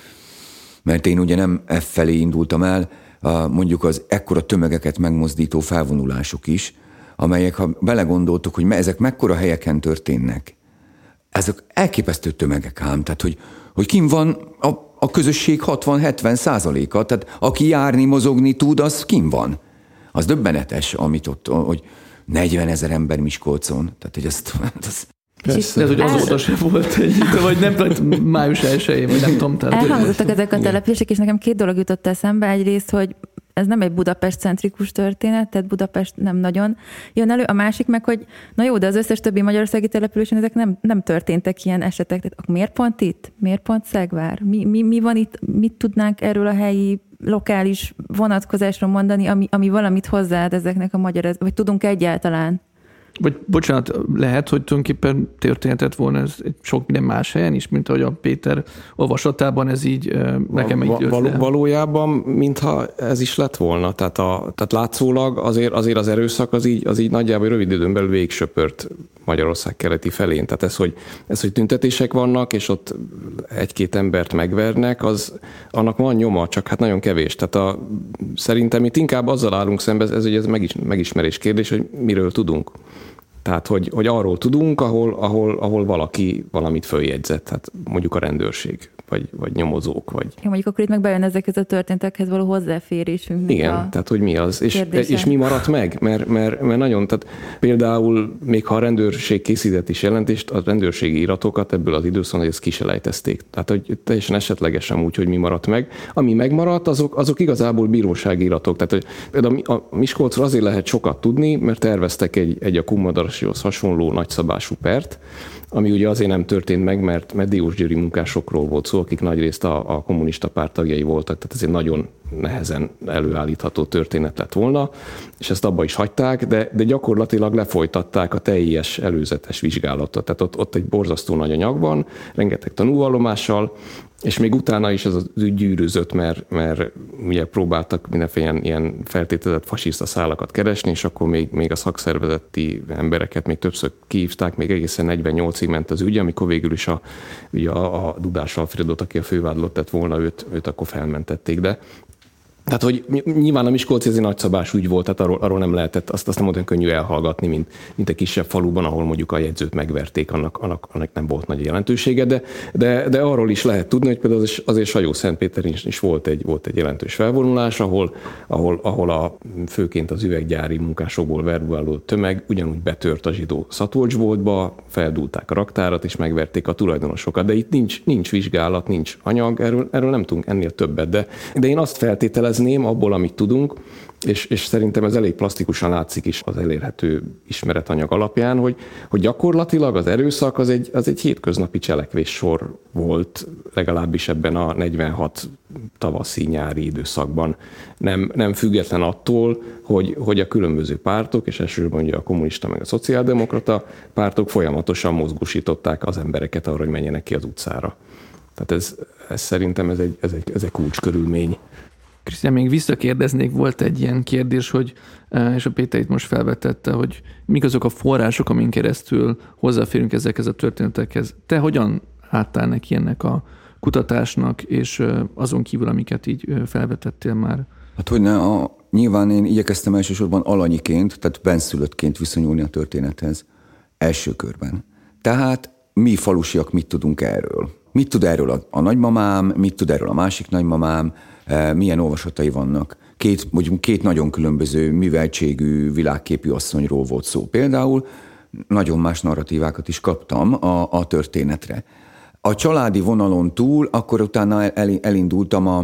B: mert én ugye nem e felé indultam el, mondjuk az ekkora tömegeket megmozdító felvonulások is, amelyek, ha belegondoltok, hogy ezek mekkora helyeken történnek, ezek elképesztő tömegek ám, tehát hogy, hogy kim van a, a közösség hatvan-hetven százaléka, tehát aki járni, mozogni tud, az kim van. Az döbbenetes, amit ott, hogy negyvenezer ember Miskolcon, tehát hogy ezt... ezt
D: Persze. Ez, hogy azóta sem volt egy, vagy nem tudom, május elsején, vagy nem tudom.
C: Elhangzottak ezek a települések, és nekem két dolog jutott eszembe. Egyrészt, hogy ez nem egy Budapest-centrikus történet, tehát Budapest nem nagyon jön elő. A másik meg, hogy na jó, de az összes többi magyarországi településen ezek nem, nem történtek ilyen esetek. Tehát miért pont itt? Miért pont Szegvár? Mi, mi, mi van itt? Mit tudnánk erről a helyi lokális vonatkozásról mondani, ami, ami valamit hozzáad ezeknek a magyar, vagy tudunk egyáltalán?
D: Vagy bocsánat, lehet, hogy tulajdonképpen történetett volna ez sok minden más helyen is, mint ahogy a Péter olvasatában ez így nekem így jött
A: Val- Valójában, mintha ez is lett volna. Tehát, a, tehát látszólag azért, azért az erőszak az így, az így nagyjából rövid időn belül végsöpört Magyarország keleti felén. Tehát ez hogy, ez, hogy tüntetések vannak, és ott egy-két embert megvernek, az, annak van nyoma, csak hát nagyon kevés. Tehát a, szerintem itt inkább azzal állunk szembe, ez, ez, ez megis, megismerés kérdés, hogy miről tudunk. Tehát, hogy, hogy arról tudunk, ahol, ahol, ahol valaki valamit följegyzett, hát mondjuk a rendőrség, vagy, vagy nyomozók, vagy...
C: Ja, mondjuk akkor itt meg bejön ezekhez a történetekhez való hozzáférésünk.
A: Igen, tehát hogy mi az, és, és mi maradt meg, mert, mert, mert nagyon, tehát például még ha a rendőrség készített is jelentést, a rendőrségi iratokat ebből az időszakban, ezt kiselejtezték. Tehát, hogy teljesen esetlegesen úgy, hogy mi maradt meg. Ami megmaradt, azok, azok igazából bírósági iratok. Tehát, hogy például a Miskolcról azért lehet sokat tudni, mert terveztek egy, egy a Kummadarasihoz hasonló nagyszabású pert, ami ugye azért nem történt meg, mert, mert Diósgyőri munkásokról volt szó, akik nagyrészt a, a kommunista párt tagjai voltak, tehát ez egy nagyon nehezen előállítható történet lett volna, és ezt abba is hagyták, de, de gyakorlatilag lefolytatták a teljes előzetes vizsgálatot. Tehát ott, ott egy borzasztó nagy anyag van, rengeteg tanúvallomással, és még utána is ez az ügy gyűrűzött, mert, mert ugye próbáltak mindenféle ilyen, ilyen feltételezett fasiszta szálakat keresni, és akkor még, még a szakszervezeti embereket még többször kihívták, még egészen negyvennyolcig ment az ügy, amikor végül is a, ugye a, a Dudás Alfredot, aki a fővádlott lett volna, őt, őt akkor felmentették, de tehát, hogy nyilván a Miskolci ez egy nagyszabás ügy volt, tehát arról, arról nem lehetett, azt, azt nem olyan könnyű elhallgatni, mint, mint egy kisebb faluban, ahol mondjuk a jegyzőt megverték, annak, annak, annak nem volt nagy jelentősége, de, de, de arról is lehet tudni, hogy például azért, azért Sajó-Szentpéteren is, is volt, egy, volt egy jelentős felvonulás, ahol, ahol, ahol a, főként az üveggyári munkásokból verbáló tömeg ugyanúgy betört a zsidó szatolcsboltba, feldúlták a raktárat és megverték a tulajdonosokat, de itt nincs, nincs vizsgálat, nincs anyag, erről, erről nem tudunk ennél többet, de, de én azt feltételezem, abból, amit tudunk, és, és szerintem ez elég plastikusan látszik is az elérhető ismeretanyag alapján, hogy, hogy gyakorlatilag az erőszak az egy, az egy hétköznapi cselekvés sor volt, legalábbis ebben a negyvenhat tavaszi-nyári időszakban. Nem, nem független attól, hogy, hogy a különböző pártok, és elsősorban ugye a kommunista meg a szociáldemokrata pártok folyamatosan mozgósították az embereket arra, hogy menjenek ki az utcára. Tehát ez, ez szerintem ez egy, ez egy, ez egy kulcskörülmény.
D: Krisztián, még visszakérdeznék, volt egy ilyen kérdés, hogy, és a Péter itt most felvetette, hogy mik azok a források, amin keresztül hozzáférünk ezekhez a történetekhez. Te hogyan álltál neki ennek a kutatásnak, és azon kívül, amiket így felvetettél már?
B: Hát hogy ne, a, nyilván én igyekeztem elsősorban alanyiként, tehát benszülöttként viszonyulni a történethez első körben. Tehát mi falusiak mit tudunk erről? Mit tud erről a, a nagymamám, mit tud erről a másik nagymamám, milyen olvasatai vannak. Két, mondjuk két nagyon különböző műveltségű, világképű asszonyról volt szó. Például nagyon más narratívákat is kaptam a, a történetre. A családi vonalon túl, akkor utána el, elindultam a,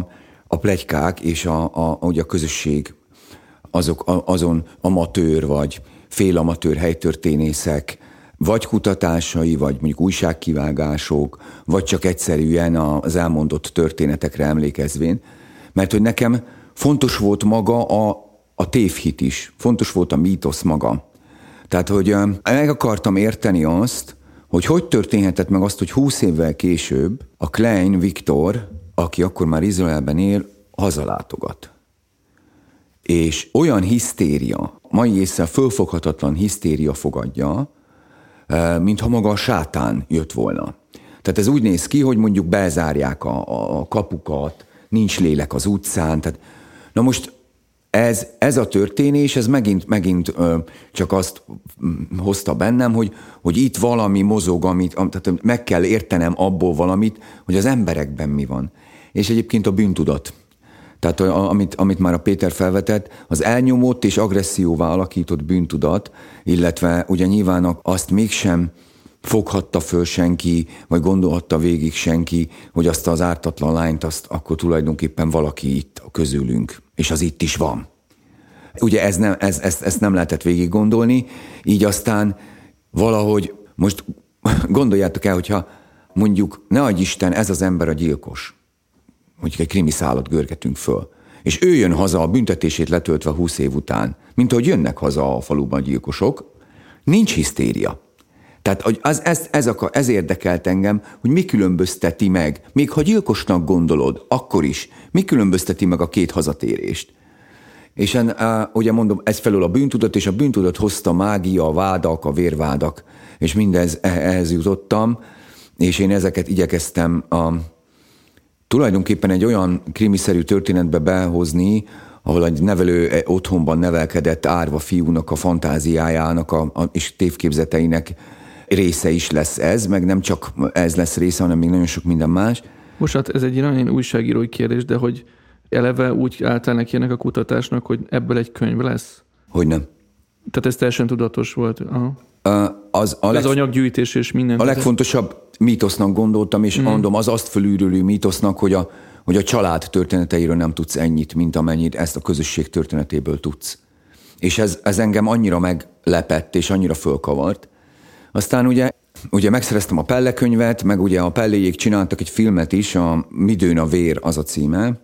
B: a pletykák és a, a, a, a közösség, azok a, azon amatőr vagy félamatőr helytörténészek, vagy kutatásai, vagy mondjuk újságkivágások, vagy csak egyszerűen az elmondott történetekre emlékezvén. Mert hogy nekem fontos volt maga a, a tévhit is, fontos volt a mítosz maga. Tehát, hogy meg akartam érteni azt, hogy hogy történhetett meg azt, hogy húsz évvel később a Klein Viktor, aki akkor már Izraelben él, hazalátogat. És olyan hisztéria, mai észre fölfoghatatlan hisztéria fogadja, mintha maga a sátán jött volna. Tehát ez úgy néz ki, hogy mondjuk bezárják a, a kapukat, nincs lélek az utcán. Tehát, na most ez, ez a történés, ez megint, megint ö, csak azt hozta bennem, hogy, hogy itt valami mozog, amit, tehát meg kell értenem abból valamit, hogy az emberekben mi van. És egyébként a bűntudat. Tehát amit, amit már a Péter felvetett, az elnyomott és agresszióvá alakított bűntudat, illetve ugye nyilván azt mégsem foghatta föl senki, vagy gondolhatta végig senki, hogy azt az ártatlan lányt, azt akkor tulajdonképpen valaki itt közülünk, és az itt is van. Ugye ez nem, ez, ezt, ezt nem lehetett végig gondolni, így aztán valahogy, most gondoljátok el, hogyha mondjuk, ne adj Isten, ez az ember a gyilkos, mondjuk egy krimi szálat görgetünk föl, és ő jön haza a büntetését letöltve húsz év után, mint ahogy jönnek haza a faluban a gyilkosok, nincs hisztéria. Tehát ez, ez, ez, akar, ez érdekelt engem, hogy mi különbözteti meg, még ha gyilkosnak gondolod, akkor is, mi különbözteti meg a két hazatérést. És en, á, ugye mondom, ez felől a bűntudat, és a bűntudat hozta mágia, a vádak, a vérvádak, és mindez ehhez jutottam, és én ezeket igyekeztem a, tulajdonképpen egy olyan krimiszerű történetbe behozni, ahol egy nevelő otthonban nevelkedett árva fiúnak a fantáziájának a, a, és tévképzeteinek része is lesz ez, meg nem csak ez lesz része, hanem még nagyon sok minden más.
D: Most hát ez egy nagyon újságírói kérdés, de hogy eleve úgy álltál neki ennek a kutatásnak, hogy ebből egy könyv lesz?
B: Hogy nem.
D: Tehát ez teljesen tudatos volt? Aha.
B: Az, a
D: leg... az anyaggyűjtés és minden.
B: A legfontosabb mítosznak gondoltam, és mm. mondom, az azt fölülülő mítosznak, hogy a, hogy a család történeteiről nem tudsz ennyit, mint amennyit ezt a közösség történetéből tudsz. És ez, ez engem annyira meglepett, és annyira fölkavart. Aztán ugye, ugye megszereztem a Pelle könyvet, meg ugye a Pelléjék csináltak egy filmet is, a Midőn a vér az a címe.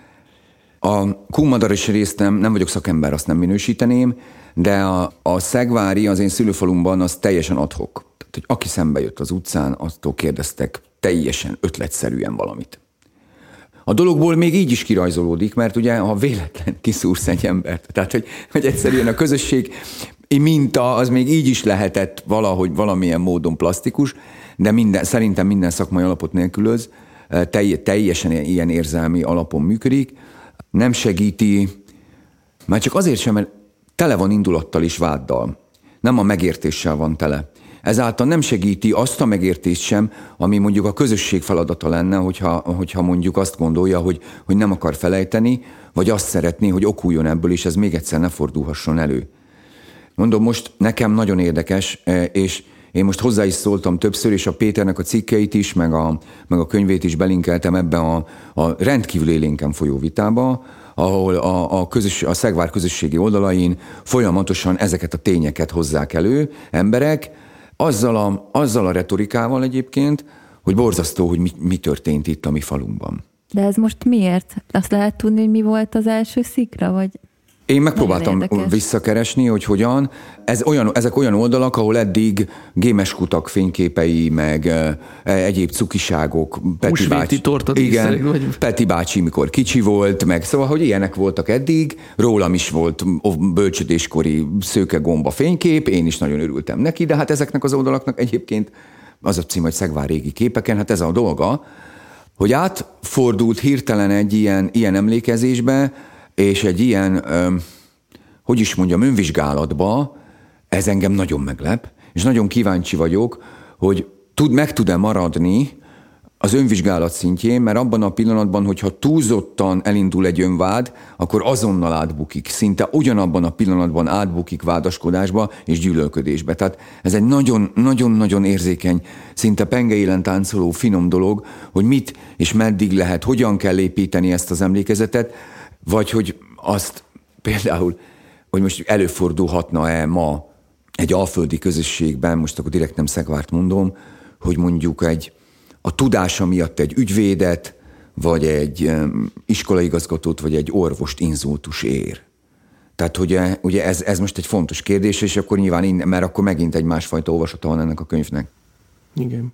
B: A Kunmadaras részt nem, nem vagyok szakember, azt nem minősíteném, de a, a Szegvári, az én szülőfalumban, az teljesen ad hoc. Tehát, hogy aki szembe jött az utcán, attól kérdeztek teljesen ötletszerűen valamit. A dologból még így is kirajzolódik, mert ugye, ha véletlen kiszúrsz egy embert, tehát, hogy, hogy egyszerűen a közösség minta, az még így is lehetett valahogy valamilyen módon plastikus, de minden, szerintem minden szakmai alapot nélkülöz, telj, teljesen ilyen érzelmi alapon működik. Nem segíti, már csak azért sem, mert tele van indulattal és váddal. Nem a megértéssel van tele. Ezáltal nem segíti azt a megértést sem, ami mondjuk a közösség feladata lenne, hogyha, hogyha mondjuk azt gondolja, hogy, hogy nem akar felejteni, vagy azt szeretné, hogy okuljon ebből, és ez még egyszer ne fordulhasson elő. Mondom, most nekem nagyon érdekes, és én most hozzá is szóltam többször, és a Péternek a cikkeit is, meg a, meg a könyvét is belinkeltem ebbe a, a rendkívül élénken folyó vitába, ahol a, a, közös, a Szegvár közösségi oldalain folyamatosan ezeket a tényeket hozzák elő emberek, azzal a, azzal a retorikával egyébként, hogy borzasztó, hogy mi, mi történt itt a mi falunkban.
C: De ez most miért? Azt lehet tudni, hogy mi volt az első szikra, vagy...
B: Én megpróbáltam visszakeresni, hogy hogyan. Ez olyan, ezek olyan oldalak, ahol eddig gémes kutak fényképei, meg e, egyéb cukiságok. Peti bácsi, igen, vagy... Peti bácsi, mikor kicsi volt, meg szóval, hogy ilyenek voltak eddig. Rólam is volt bölcsödéskori szőke gomba fénykép, én is nagyon örültem neki, de hát ezeknek az oldalaknak egyébként az a cím, hogy Szegvár régi képeken, hát ez a dolga, hogy átfordult hirtelen egy ilyen, ilyen emlékezésbe, és egy ilyen, hogy is mondjam, önvizsgálatba, ez engem nagyon meglep, és nagyon kíváncsi vagyok, hogy tud, meg tud-e maradni az önvizsgálat szintjén, mert abban a pillanatban, hogyha túlzottan elindul egy önvád, akkor azonnal átbukik. Szinte ugyanabban a pillanatban átbukik vádaskodásba és gyűlölködésbe. Tehát ez egy nagyon-nagyon érzékeny, szinte pengeélen táncoló finom dolog, hogy mit és meddig lehet, hogyan kell építeni ezt az emlékezetet, vagy hogy azt például, hogy most előfordulhatna-e ma egy alföldi közösségben, most akkor direkt nem Szegvárt mondom, hogy mondjuk egy a tudása miatt egy ügyvédet, vagy egy um, iskolaigazgatót, vagy egy orvost inzultus ér. Tehát ugye, ugye ez, ez most egy fontos kérdés, és akkor nyilván, innen, mert akkor megint egy másfajta olvasata van ennek a könyvnek.
A: Igen.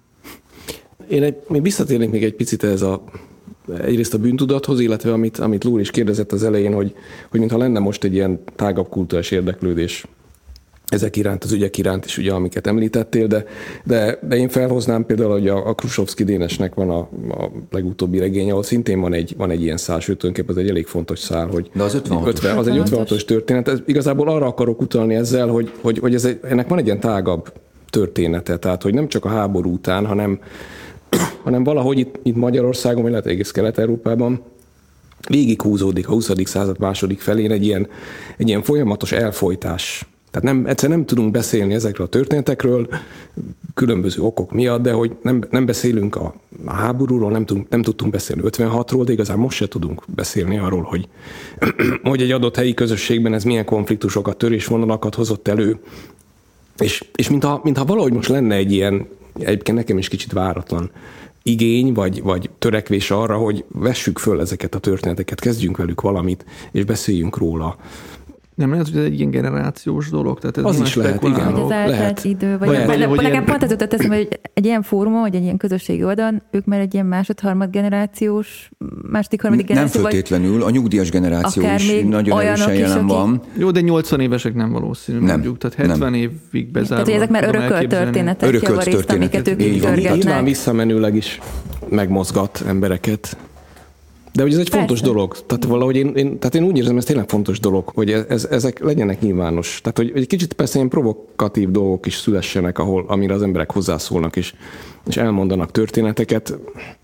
A: Én egy, még visszatérnék még egy picit ez a, egyrészt a bűntudathoz, illetve amit, amit Lúr is kérdezett az elején, hogy, hogy mintha lenne most egy ilyen tágabb kulturális érdeklődés ezek iránt, az ügyek iránt is, ugye, amiket említettél, de, de, de én felhoznám például, hogy a, a Krusovszki Dénesnek van a, a legutóbbi regény, ahol szintén van egy, van egy ilyen szál, sőt, tulajdonképpen az egy elég fontos szál, hogy
B: de az ötvenhatos.
A: ötven, az egy ötvenhatos történet. Ez, igazából arra akarok utalni ezzel, hogy, hogy, hogy ez egy, ennek van egy ilyen tágabb története, tehát hogy nem csak a háború után, hanem, hanem valahogy itt, itt Magyarországon, vagy lehet egész Kelet-Európában végighúzódik a huszadik század második felén egy ilyen, egy ilyen folyamatos elfojtás. Tehát nem, egyszer nem tudunk beszélni ezekről a történetekről különböző okok miatt, de hogy nem, nem beszélünk a, a háborúról, nem, tudunk, nem tudtunk beszélni ötvenhatról, de igazán most se tudunk beszélni arról, hogy, hogy egy adott helyi közösségben ez milyen konfliktusokat, törésvonalakat hozott elő. És, és mintha, mintha valahogy most lenne egy ilyen, egyébként nekem is kicsit váratlan igény, vagy, vagy törekvés arra, hogy vessük föl ezeket a történeteket, kezdjünk velük valamit, és beszéljünk róla.
D: Nem lehet, hogy ez egy ilyen generációs dolog? Tehát ez
A: az is lehet, igen.
C: Hogy az eltelt
A: lehet.
C: idő, vagy
D: Lehet,
C: nekem
D: hogy
C: nekem
D: ilyen-
C: pont ez jutott eszembe, hogy egy ilyen fórumon, vagy egy ilyen közösségi oldalon, ők már egy ilyen másod-harmad generációs, második, harmadik
B: Nem
C: generáció, vagy
B: föltétlenül, a nyugdíjas generáció
C: akár
B: is
C: még
B: nagyon
C: olyanok
B: erősen
C: is,
B: jelen
C: akik-
B: van.
D: Jó, de nyolcvan évesek nem valószínű,
B: Nem,
D: mondjuk. Tehát hetven
B: nem.
D: évig bezárva.
C: tehát, hogy ezek már
D: tudom
C: örökölt
D: elképzelni.
C: történetek,
B: Örökölt
C: javarészt,
B: történetek,
C: amiket ők
B: így
C: így
B: van.
A: Nyilván
C: görgetnek.
A: visszamenőleg is megmozgat embereket. De hogy ez egy fontos
C: Persze.
A: dolog. Tehát valahogy én, én, tehát én úgy érzem, ez tényleg fontos dolog, hogy ez, ezek legyenek nyilvános. Tehát, hogy egy kicsit persze ilyen provokatív dolgok is szülessenek, ahol, amire az emberek hozzászólnak, és, és elmondanak történeteket,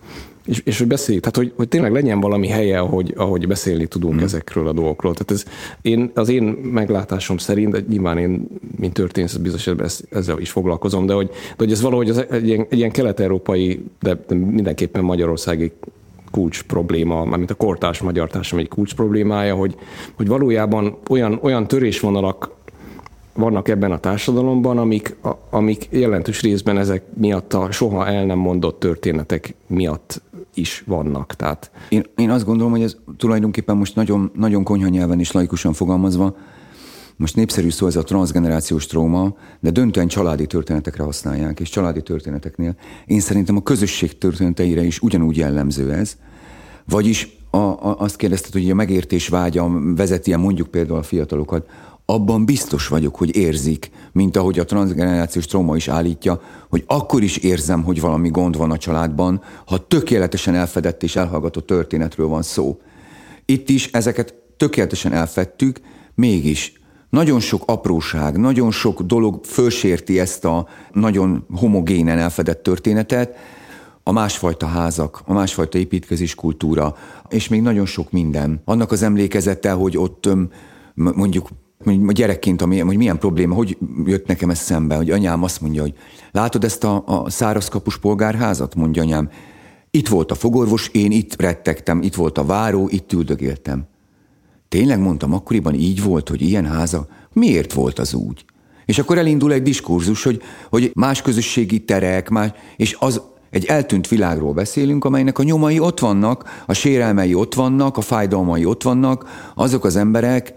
A: és, és hogy beszéljük. Tehát, hogy, hogy tényleg legyen valami helye, ahogy, ahogy beszélni tudunk hmm. ezekről a dolgokról. Tehát ez, én, az én meglátásom szerint, de nyilván én, mint történész, biztos ezt, ezzel is foglalkozom, de hogy, de hogy ez valahogy az, egy, ilyen, egy ilyen kelet-európai, de, de mindenképpen magyarországi kulcs probléma, mármint a kortárs magyar társadalom egy kulcs problémája, hogy, hogy valójában olyan, olyan törésvonalak vannak ebben a társadalomban, amik, a, amik jelentős részben ezek miatt a soha el nem mondott történetek miatt is vannak. Tehát...
B: Én, én azt gondolom, hogy ez tulajdonképpen most nagyon, nagyon konyha nyelven és laikusan fogalmazva, most népszerű szó ez a transzgenerációs tróma, de döntően családi történetekre használják, és családi történeteknél én szerintem a közösség történeteire is ugyanúgy jellemző ez. Vagyis a, a, azt kérdezted, hogy a megértés vágya vezeti mondjuk például a fiatalokat, abban biztos vagyok, hogy érzik, mint ahogy a transzgenerációs tróma is állítja, hogy akkor is érzem, hogy valami gond van a családban, ha tökéletesen elfedett és elhallgatott történetről van szó. Itt is ezeket tökéletesen elfedtük, mégis nagyon sok apróság, nagyon sok dolog fölsérti ezt a nagyon homogénen elfedett történetet, a másfajta házak, a másfajta építkezés kultúra, és még nagyon sok minden. Annak az emlékezete, hogy ott mondjuk gyerekként, ami, hogy milyen probléma, hogy jött nekem ez szembe, hogy anyám azt mondja, hogy látod ezt a, a szárazkapus polgárházat, mondja anyám, itt volt a fogorvos, én itt rettegtem, itt volt a váró, itt üldögéltem. Tényleg mondtam, akkoriban így volt, hogy ilyen háza, miért volt az úgy? És akkor elindul egy diskurzus, hogy, hogy más közösségi terek, más, és az egy eltűnt világról beszélünk, amelynek a nyomai ott vannak, a sérelmei ott vannak, a fájdalmai ott vannak, azok az emberek,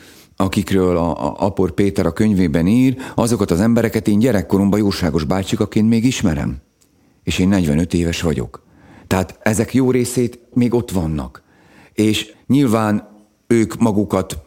B: akikről a, a Apor Péter a könyvében ír, azokat az embereket én gyerekkoromban jóságos bácsikaként még ismerem. És én negyvenöt éves vagyok. Tehát ezek jó részét még ott vannak. És nyilván ők magukat,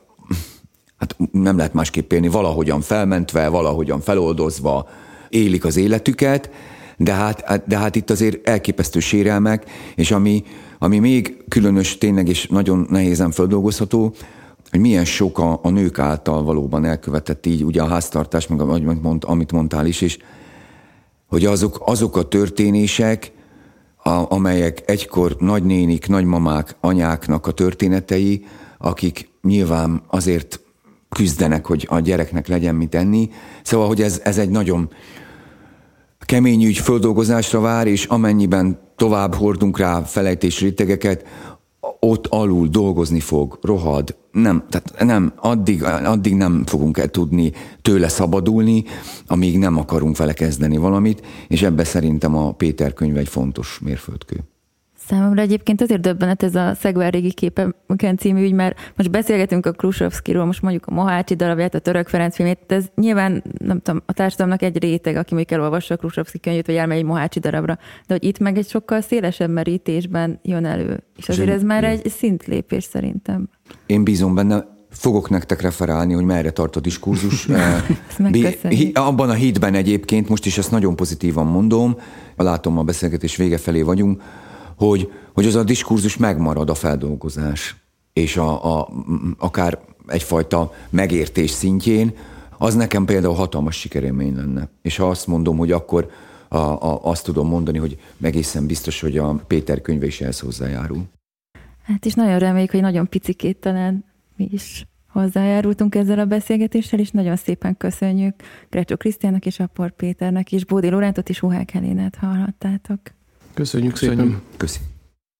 B: hát nem lehet másképp élni, valahogyan felmentve, valahogyan feloldozva élik az életüket, de hát, de hát itt azért elképesztő sérelmek, és ami, ami még különös tényleg, és nagyon nehézen feldolgozható, hogy milyen sok a, a nők által valóban elkövetett így, ugye a háztartás, meg amit, mond, amit mondtál is, és hogy azok, azok a történések, a, amelyek egykor nagynénik, nagymamák, anyáknak a történetei, akik nyilván azért küzdenek, hogy a gyereknek legyen mit enni. Szóval, hogy ez, ez egy nagyon kemény ügy, földolgozásra vár, és amennyiben tovább hordunk rá felejtés rétegeket, ott alul dolgozni fog, rohad. Nem, tehát nem, addig, addig nem fogunk el tudni tőle szabadulni, amíg nem akarunk vele kezdeni valamit, és ebbe szerintem a Péter könyv egy fontos mérföldkő.
C: Számomra egyébként azért döbbenet ez a Szegvár régi képeken című ügy, mert most beszélgetünk a Klusovszkiról, most mondjuk a Mohácsi darabját, a Török Ferenc filmét, ez nyilván nem tudom, a társadalomnak egy réteg, aki még elolvassa a Klusovszki könyvét, vagy elmegy egy Mohácsi darabra, de hogy itt meg egy sokkal szélesebb merítésben jön elő. És azért ez már egy szintlépés szerintem.
B: Én bízom benne, fogok nektek referálni, hogy merre tart a diskurzus. Abban a hitben egyébként, most is ezt nagyon pozitívan mondom, látom, a beszélgetés vége felé vagyunk, hogy, hogy az a diskurzus megmarad, a feldolgozás, és a, a, akár egyfajta megértés szintjén, az nekem például hatalmas sikerélmény lenne. És ha azt mondom, hogy akkor a, a, azt tudom mondani, hogy egészen biztos, hogy a Péter könyve is ehhez hozzájárul.
C: Hát és nagyon reméljük, hogy nagyon picikét talán mi is hozzájárultunk ezzel a beszélgetéssel, és nagyon szépen köszönjük Grecsó Krisztiánnak és Apor Péternek, és Bódi Lórántot és Uhák Helénát hallhattátok.
A: Köszönjük szépen.
B: Köszönjük.